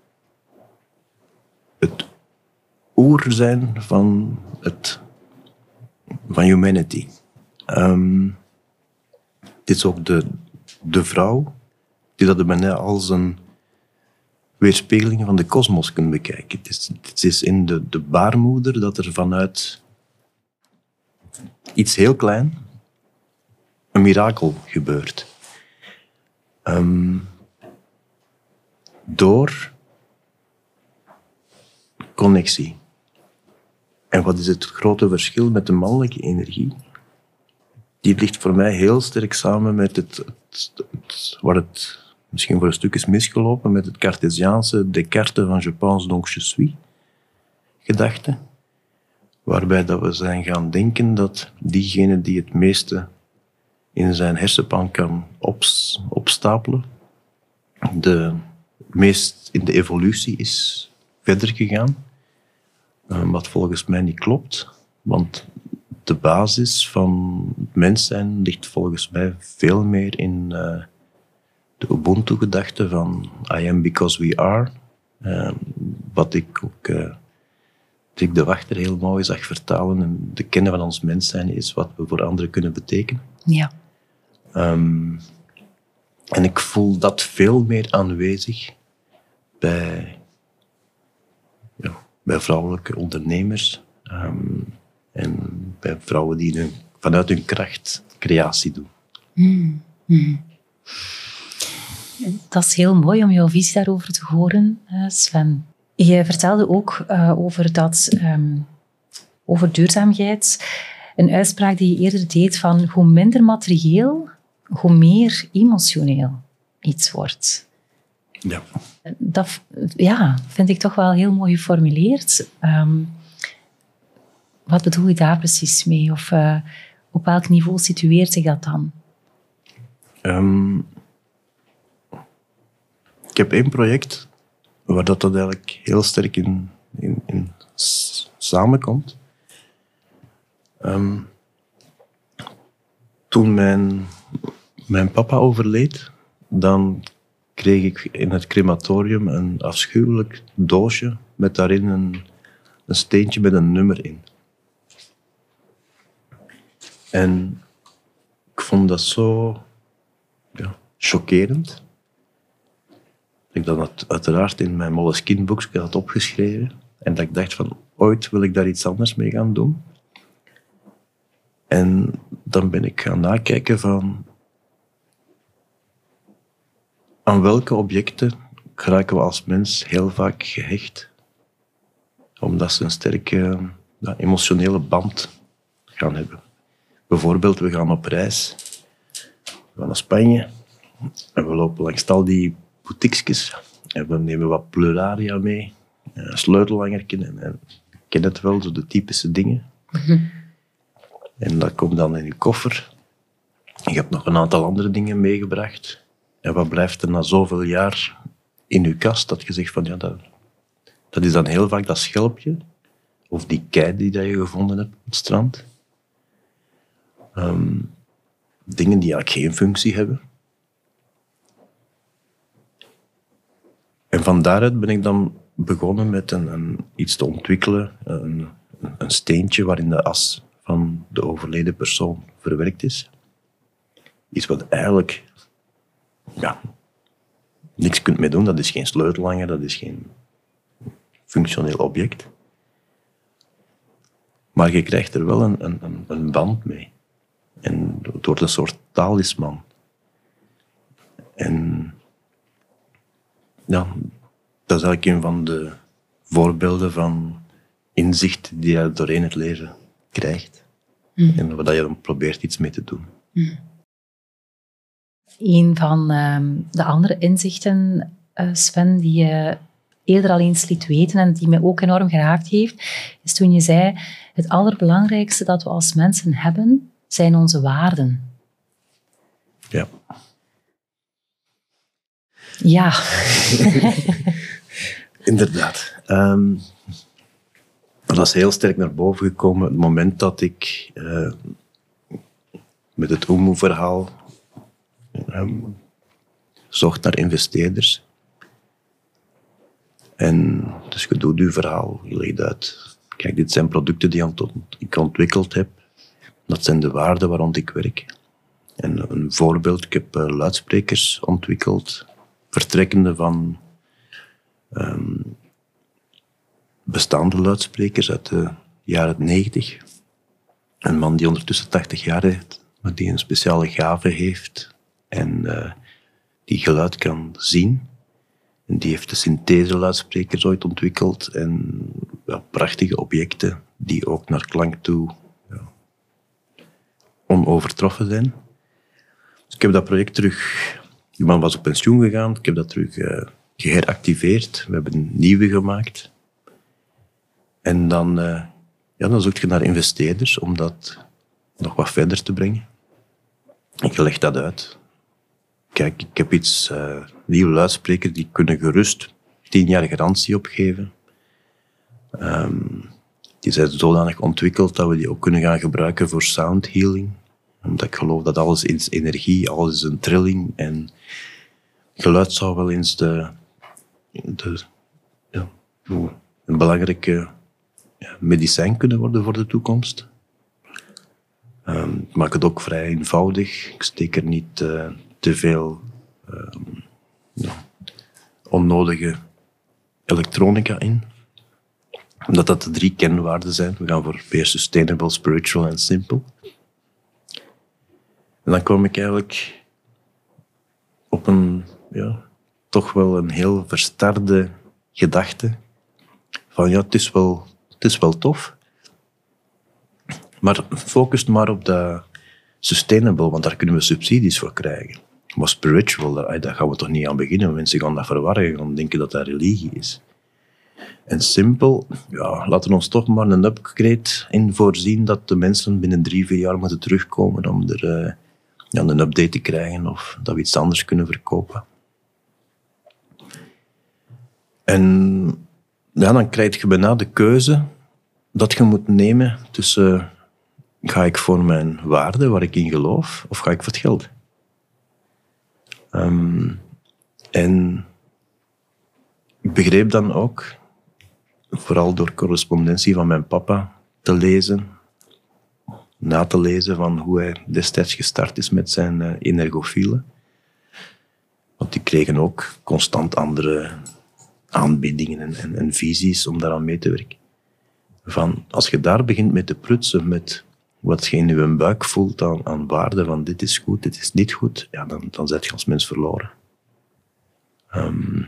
het oer zijn van, het, van humanity. Um, dit is ook de, de vrouw die dat bijna als een weerspiegeling van de kosmos kunt bekijken. Het is, het is in de, de baarmoeder dat er vanuit iets heel klein een mirakel gebeurt. Um, door connectie. En wat is het grote verschil met de mannelijke energie? Die ligt voor mij heel sterk samen met het, het, het waar het misschien voor een stuk is misgelopen, met het Cartesiaanse Descartes van je pense donc je suis gedachte. Waarbij dat we zijn gaan denken dat diegene die het meeste in zijn hersenpan kan ops, opstapelen, de meest in de evolutie is verder gegaan. Uh, wat volgens mij niet klopt, want de basis van het mens zijn ligt volgens mij veel meer in uh, de Ubuntu-gedachte van I am because we are. Uh, wat ik ook uh, Dick de Wachter heel mooi zag vertalen. En de kennen van ons mens zijn is wat we voor anderen kunnen betekenen. Ja. Um, en ik voel dat veel meer aanwezig bij, ja, bij vrouwelijke ondernemers. Um, en bij vrouwen die hun, vanuit hun kracht creatie doen. Mm. Mm. Dat is heel mooi om jouw visie daarover te horen, Sven. Je vertelde ook uh, over, dat, um, over duurzaamheid. Een uitspraak die je eerder deed van hoe minder materieel, hoe meer emotioneel iets wordt. Ja. Dat ja, vind ik toch wel heel mooi geformuleerd. Um, wat bedoel je daar precies mee? Of uh, op welk niveau situeert zich dat dan? Um, ik heb één project waar dat, dat eigenlijk heel sterk in, in, in s- samenkomt. Um, toen mijn, mijn papa overleed, dan kreeg ik in het crematorium een afschuwelijk doosje met daarin een, een steentje met een nummer in. En ik vond dat zo ja, chockerend. Dat ik dat uiteraard in mijn Moleskine-boekje had opgeschreven. En dat ik dacht van, ooit wil ik daar iets anders mee gaan doen. En dan ben ik gaan nakijken van... aan welke objecten geraken we als mens heel vaak gehecht. Omdat ze een sterke ja, emotionele band gaan hebben. Bijvoorbeeld, we gaan op reis. We gaan naar Spanje. En we lopen langs al die boutiquesjes. En we nemen wat pleuraria mee. Een sleutelhangertje. En, en ik ken het wel, zo de typische dingen. Mm-hmm. En dat komt dan in je koffer. Je hebt nog een aantal andere dingen meegebracht. En wat blijft er na zoveel jaar in je kast? Dat je zegt van, ja, dat, dat is dan heel vaak dat schelpje. Of die kei die dat je gevonden hebt op het strand. Um, dingen die eigenlijk geen functie hebben. En van daaruit ben ik dan begonnen met een, een, iets te ontwikkelen. Een, een steentje waarin de as van de overleden persoon verwerkt is. Iets wat eigenlijk... ja, niks kunt mee doen. Dat is geen sleutelhanger, dat is geen functioneel object. Maar je krijgt er wel een, een, een band mee. En het wordt een soort talisman. En ja, dat is eigenlijk een van de voorbeelden van inzicht die je doorheen het leven krijgt. Mm. En waar je dan probeert iets mee te doen. Mm. Een van um, de andere inzichten, uh, Sven, die je eerder al eens liet weten en die mij ook enorm geraakt heeft, is toen je zei, het allerbelangrijkste dat we als mensen hebben, zijn onze waarden. Ja. Ja. Inderdaad. Um, dat is heel sterk naar boven gekomen het moment dat ik uh, met het Oemoe-verhaal um, zocht naar investeerders. En dus je doet je verhaal, je legt uit. Kijk, dit zijn producten die ik ontwikkeld heb. Dat zijn de waarden waar ik werk. En een voorbeeld, ik heb uh, luidsprekers ontwikkeld, vertrekkende van um, bestaande luidsprekers uit de jaren negentig. Een man die ondertussen tachtig jaar heeft, maar die een speciale gave heeft en uh, die geluid kan zien. En die heeft de synthese-luidsprekers ooit ontwikkeld en ja, prachtige objecten die ook naar klank toe ja, onovertroffen zijn. Dus ik heb dat project terug... Die man was op pensioen gegaan, ik heb dat terug uh, geheractiveerd. We hebben een nieuwe gemaakt. En dan, uh, ja, dan zoek je naar investeerders om dat nog wat verder te brengen. Ik leg dat uit. Kijk, ik heb iets, uh, nieuwe luidsprekers, die kunnen gerust tien jaar garantie opgeven. Um, die zijn zodanig ontwikkeld dat we die ook kunnen gaan gebruiken voor sound healing. Omdat ik geloof dat alles is energie, alles is een trilling. En geluid zou wel eens de, de, ja, een belangrijke ja, medicijn kunnen worden voor de toekomst. Um, ik maak het ook vrij eenvoudig. Ik steek er niet uh, te veel um, ja, onnodige elektronica in. Omdat dat de drie kernwaarden zijn. We gaan voor Be Sustainable, Spiritual en Simple. En dan kom ik eigenlijk op een, ja, toch wel een heel verstarde gedachte. Van ja, het is wel, het is wel tof. Maar focus maar op dat sustainable, want daar kunnen we subsidies voor krijgen. Maar spiritual, daar, daar gaan we toch niet aan beginnen. Mensen gaan dat verwarren, gaan denken dat dat religie is. En simpel, ja, laten we ons toch maar een upgrade in voorzien dat de mensen binnen drie, vier jaar moeten terugkomen om er uh, ja, een update te krijgen of dat we iets anders kunnen verkopen. En ja, dan krijg je bijna de keuze dat je moet nemen tussen ga ik voor mijn waarde, waar ik in geloof, of ga ik voor het geld? Um, en ik begreep dan ook, vooral door correspondentie van mijn papa te lezen, na te lezen van hoe hij destijds gestart is met zijn uh, energofielen. Want die kregen ook constant andere aanbiedingen en, en, en visies om daaraan mee te werken. Van, als je daar begint mee te prutsen met wat je in je buik voelt aan, aan waarde van dit is goed, dit is niet goed, ja, dan, dan zet je als mens verloren. Um,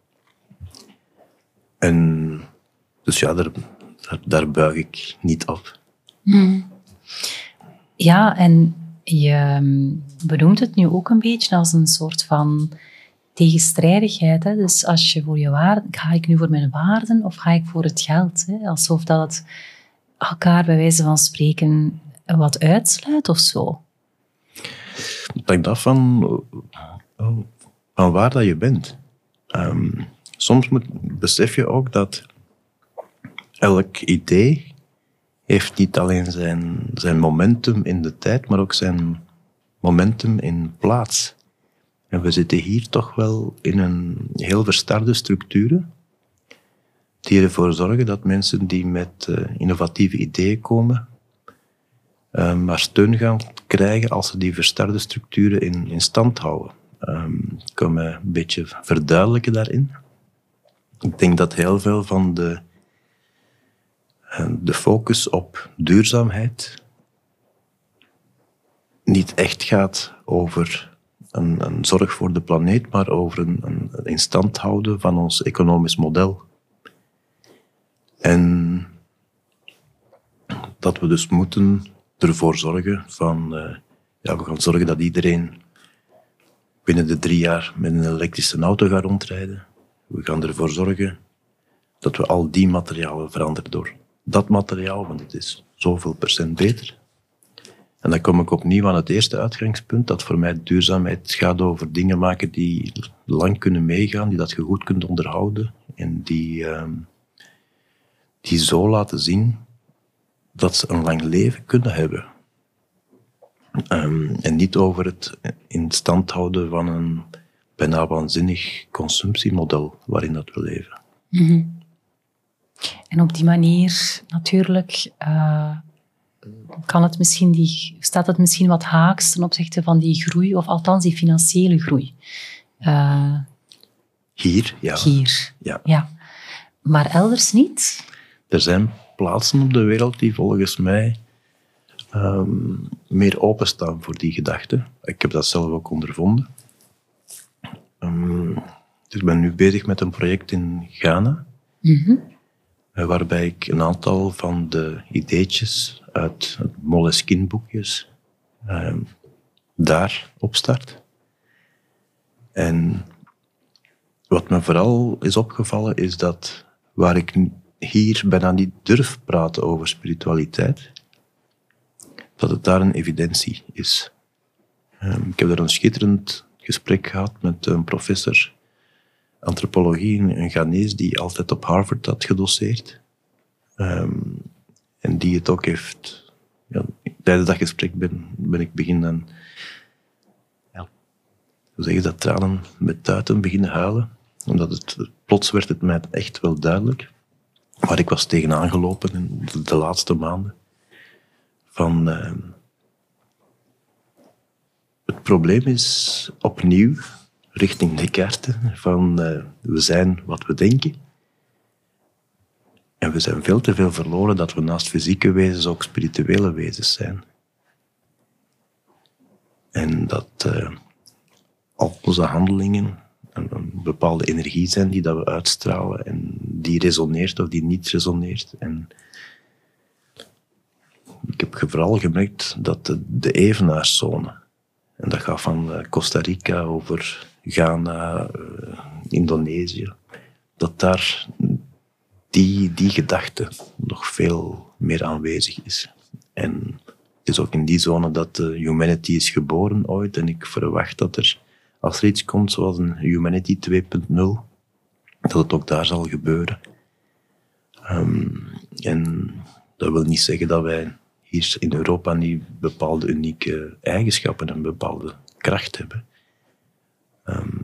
en dus ja, daar, daar, daar buig ik niet op. Hmm. Ja, en je benoemt het nu ook een beetje als een soort van tegenstrijdigheid. Hè? Dus als je voor je waarden, ga ik nu voor mijn waarden of ga ik voor het geld? Hè? Alsof dat het elkaar bij wijze van spreken wat uitsluit of zo. Het hangt af van, van waar dat je bent. Um, soms moet, besef je ook dat elk idee heeft niet alleen zijn, zijn momentum in de tijd, maar ook zijn momentum in plaats. En we zitten hier toch wel in een heel verstarde structuren die ervoor zorgen dat mensen die met uh, innovatieve ideeën komen, uh, maar steun gaan krijgen als ze die verstarde structuren in, in stand houden. Um, ik kan me een beetje verduidelijken daarin. Ik denk dat heel veel van de, uh, de focus op duurzaamheid niet echt gaat over Een, een zorg voor de planeet, maar over een, een in stand houden van ons economisch model. En dat we dus moeten ervoor zorgen van, uh, ja, we gaan zorgen dat iedereen binnen de drie jaar met een elektrische auto gaat rondrijden. We gaan ervoor zorgen dat we al die materialen veranderen door dat materiaal, want het is zoveel procent beter. En dan kom ik opnieuw aan het eerste uitgangspunt, dat voor mij duurzaamheid gaat over dingen maken die lang kunnen meegaan, die dat je goed kunt onderhouden en die, uh, die zo laten zien dat ze een lang leven kunnen hebben. Um, en niet over het in stand houden van een bijna waanzinnig consumptiemodel waarin dat we leven. Mm-hmm. En op die manier natuurlijk Uh... Kan het misschien die, staat het misschien wat haaks ten opzichte van die groei, of althans die financiële groei? Uh, hier, ja. Hier, ja. ja. Maar elders niet? Er zijn plaatsen op de wereld die volgens mij um, meer openstaan voor die gedachte. Ik heb dat zelf ook ondervonden. Um, dus ik ben nu bezig met een project in Ghana, mm-hmm. waarbij ik een aantal van de ideetjes uit het Moleskine-boekjes uh, daar opstart. En wat me vooral is opgevallen is dat waar ik hier bijna niet durf praten over spiritualiteit, dat het daar een evidentie is. Um, ik heb daar een schitterend gesprek gehad met een professor antropologie, een Ghanese die altijd op Harvard had gedoseerd. Um, en die het ook heeft... Ja, tijdens dat gesprek ben, ben ik beginnen... Ja, hoe zeg je dat? Tranen met tuiten beginnen huilen. Omdat het, plots werd het mij echt wel duidelijk waar ik was tegenaan gelopen in de, de laatste maanden. Van... Uh, het probleem is opnieuw richting Descartes van uh, we zijn wat we denken. En we zijn veel te veel verloren dat we naast fysieke wezens ook spirituele wezens zijn. En dat uh, al onze handelingen een, een bepaalde energie zijn die dat we uitstralen en die resoneert of die niet resoneert. En ik heb vooral gemerkt dat de, de evenaarszone, en dat gaat van uh, Costa Rica over Ghana, uh, Indonesië, dat daar die, die gedachte nog veel meer aanwezig is. En het is ook in die zone dat de humanity is geboren ooit. En ik verwacht dat er, als er iets komt zoals een Humanity twee punt nul, dat het ook daar zal gebeuren. Um, en dat wil niet zeggen dat wij hier in Europa niet bepaalde unieke eigenschappen en bepaalde kracht hebben. Um,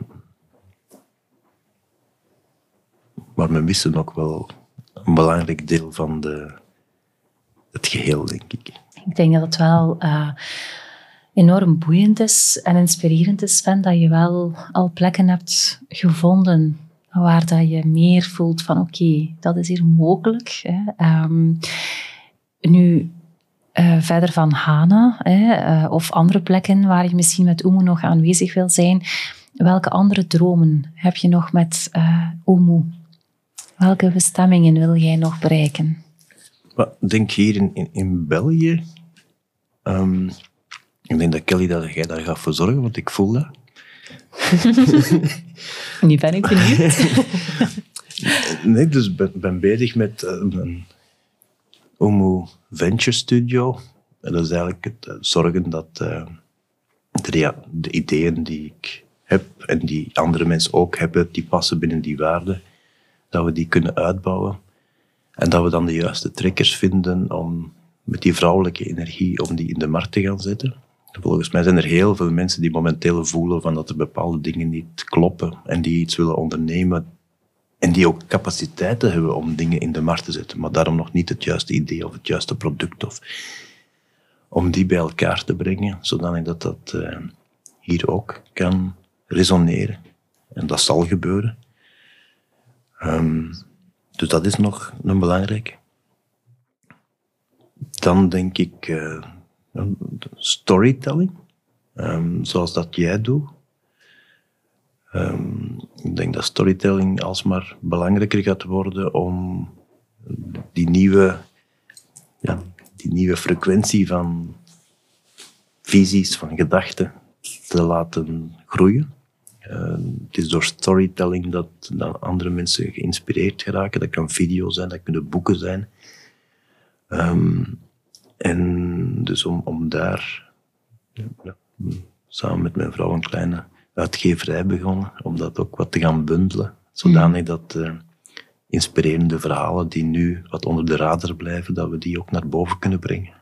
maar we missen ook wel een belangrijk deel van de, het geheel, denk ik. Ik denk dat het wel uh, enorm boeiend is en inspirerend is, Sven, dat je wel al plekken hebt gevonden waar dat je meer voelt van oké, okay, dat is hier mogelijk. Hè. Um, nu, uh, verder van Hana hè, uh, of andere plekken waar je misschien met Oemu nog aanwezig wil zijn, welke andere dromen heb je nog met uh, Oemu? Welke bestemmingen wil jij nog bereiken? Ik denk hier in, in, in België. Um, ik denk dat Kelly dat jij daar gaat voor zorgen, want ik voel dat. Nu ben ik benieuwd. Nee, dus ik ben, ben bezig met een, een Oemu Venture Studio. En dat is eigenlijk het uh, zorgen dat uh, de, ja, de ideeën die ik heb en die andere mensen ook hebben, die passen binnen die waarden, dat we die kunnen uitbouwen. En dat we dan de juiste trekkers vinden om met die vrouwelijke energie om die in de markt te gaan zetten. Volgens mij zijn er heel veel mensen die momenteel voelen van dat er bepaalde dingen niet kloppen en die iets willen ondernemen en die ook capaciteiten hebben om dingen in de markt te zetten, maar daarom nog niet het juiste idee of het juiste product of om die bij elkaar te brengen, zodanig dat dat uh, hier ook kan resoneren. En dat zal gebeuren. Um, dus dat is nog een belangrijke. Dan denk ik uh, storytelling, um, zoals dat jij doet. Um, ik denk dat storytelling alsmaar belangrijker gaat worden om die nieuwe, ja, die nieuwe frequentie van visies, van gedachten te laten groeien. Uh, het is door storytelling dat, dat andere mensen geïnspireerd geraken. Dat kan video zijn, dat kunnen boeken zijn. Um, en dus om, om daar ja, samen met mijn vrouw een kleine uitgeverij begonnen, om dat ook wat te gaan bundelen, zodanig mm. dat uh, inspirerende verhalen die nu wat onder de radar blijven, dat we die ook naar boven kunnen brengen.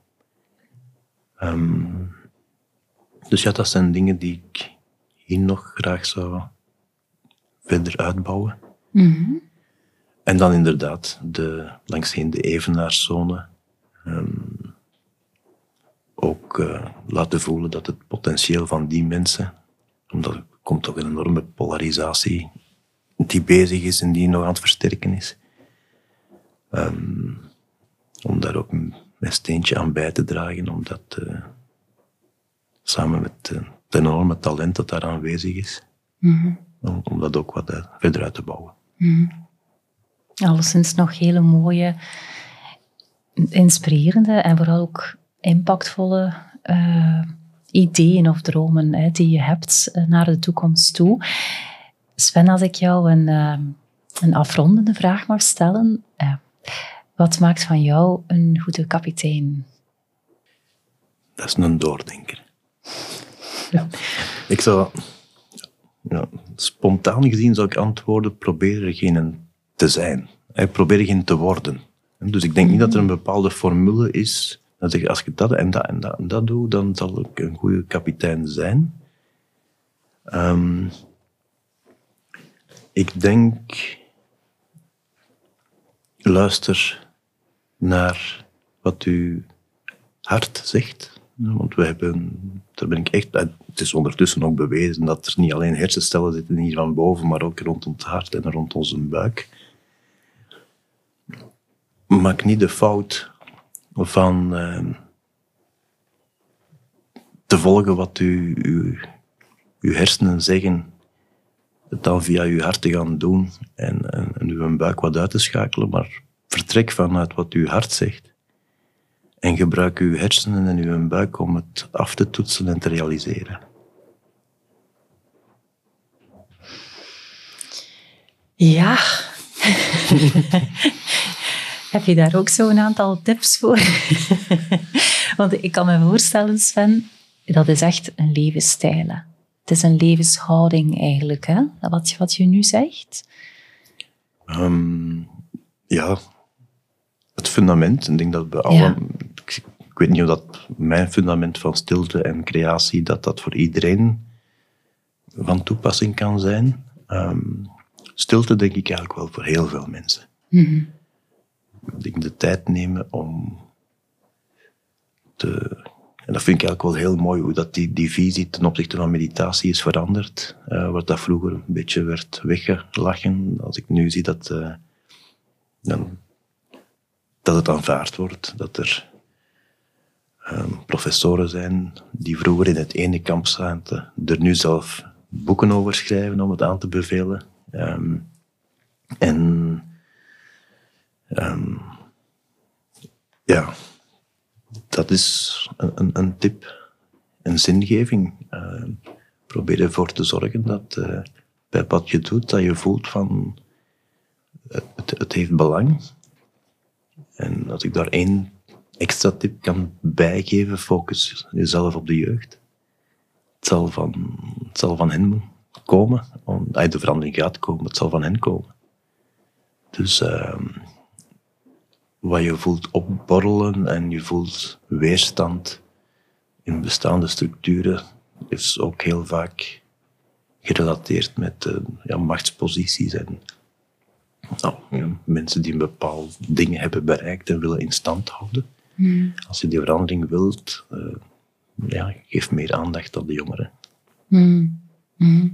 Um, dus ja, dat zijn dingen die ik hier nog graag zou verder uitbouwen. Mm-hmm. En dan inderdaad de, langsheen de evenaarszone um, ook uh, laten voelen dat het potentieel van die mensen, omdat er komt toch een enorme polarisatie die bezig is en die nog aan het versterken is, um, om daar ook mijn steentje aan bij te dragen, om dat uh, samen met uh, het enorme talent dat daar aanwezig is, mm-hmm. om, om dat ook wat uh, verder uit te bouwen. Mm-hmm. Alleszins nog hele mooie, inspirerende en vooral ook impactvolle uh, ideeën of dromen hè, die je hebt uh, naar de toekomst toe. Sven, als ik jou een, uh, een afrondende vraag mag stellen, uh, wat maakt van jou een goede kapitein? Dat is een doordenker. Ja. Ik zou, ja, spontaan gezien zou ik antwoorden, probeer er geen te zijn. Probeer er geen te worden. Dus ik denk niet dat er een bepaalde formule is. Dat ik, als ik dat en dat en dat en dat doe, dan zal ik een goede kapitein zijn. Um, ik denk, luister naar wat uw hart zegt. Want we hebben, daar ben ik echt, het is ondertussen ook bewezen dat er niet alleen hersencellen zitten hier van boven, maar ook rond ons hart en rond onze buik. maak niet de fout van uh, te volgen wat u, u, uw hersenen zeggen, het dan via uw hart te gaan doen en, en, en uw buik wat uit te schakelen, maar vertrek vanuit wat uw hart zegt en gebruik uw hersenen en uw buik om het af te toetsen en te realiseren. Ja. Heb je daar ook zo een aantal tips voor? Want ik kan me voorstellen, Sven, dat is echt een levensstijl. Hè? Het is een levenshouding eigenlijk, hè? Wat, je, wat je nu zegt. Um, ja, het fundament. Ik denk dat we alle... Ja. Ik, ik weet niet of dat mijn fundament van stilte en creatie, dat dat voor iedereen van toepassing kan zijn. Um, stilte denk ik eigenlijk wel voor heel veel mensen. Mm-hmm. Ik denk de tijd nemen om te... En dat vind ik eigenlijk wel heel mooi, hoe dat die, die visie ten opzichte van meditatie is veranderd. Uh, wat dat vroeger een beetje werd weggelachen. Als ik nu zie dat, uh, dan, dat het aanvaard wordt. Dat er um, professoren zijn die vroeger in het ene kamp zaten, er nu zelf boeken over schrijven om het aan te bevelen. Um, en um, ja... Dat is een, een, een tip, een zingeving. Uh, probeer ervoor te zorgen dat uh, bij wat je doet, dat je voelt van het, het heeft belang. En als ik daar één extra tip kan bijgeven, focus jezelf op de jeugd. Het zal van, het zal van hen komen. De verandering gaat komen, het zal van hen komen. Dus... Uh, wat je voelt opborrelen en je voelt weerstand in bestaande structuren, is ook heel vaak gerelateerd met uh, ja, machtsposities en nou, ja, mensen die een bepaald dingen hebben bereikt en willen in stand houden. Mm. Als je die verandering wilt, uh, ja, geef meer aandacht aan de jongeren. Mm. Mm.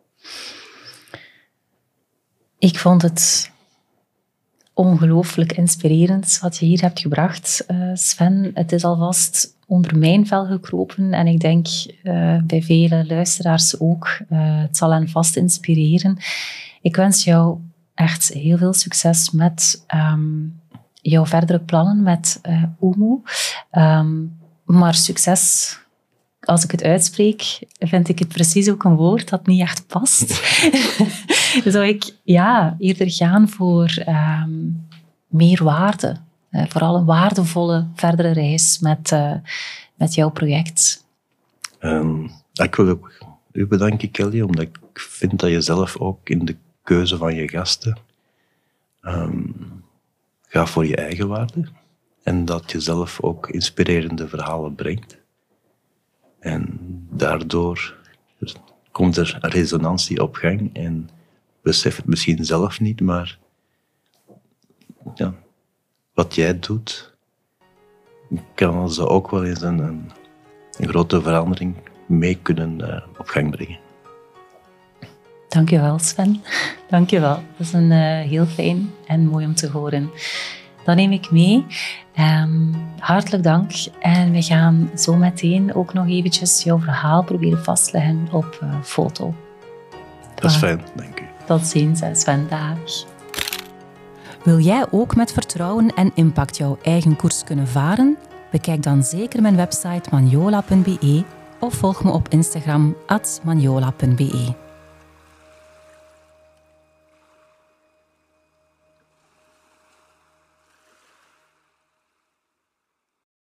Ik vond het ongelooflijk inspirerend wat je hier hebt gebracht, uh, Sven. Het is alvast onder mijn vel gekropen en ik denk uh, bij vele luisteraars ook. Uh, het zal hen vast inspireren. Ik wens jou echt heel veel succes met um, jouw verdere plannen met uh, Omo. Um, maar succes... Als ik het uitspreek, vind ik het precies ook een woord dat niet echt past. Zou ik ja, eerder gaan voor um, meer waarde. Uh, vooral een waardevolle verdere reis met, uh, met jouw project. Um, ik wil ook u bedanken, Kelly, omdat ik vind dat je zelf ook in de keuze van je gasten um, gaat voor je eigen waarde. En dat je zelf ook inspirerende verhalen brengt. En daardoor komt er resonantie op gang en besef het misschien zelf niet, maar ja, wat jij doet, kan ze ook wel eens een, een, een grote verandering mee kunnen uh, op gang brengen. Dankjewel, Sven. Dankjewel. Dat is een uh, heel fijn en mooi om te horen. Dat neem ik mee. Um, hartelijk dank. En we gaan zo meteen ook nog eventjes jouw verhaal proberen vastleggen op uh, foto. Dat is fijn, dank u. Tot ziens, Sven. Dag. Wil jij ook met vertrouwen en impact jouw eigen koers kunnen varen? Bekijk dan zeker mijn website manjola punt be of volg me op Instagram at manjola punt be.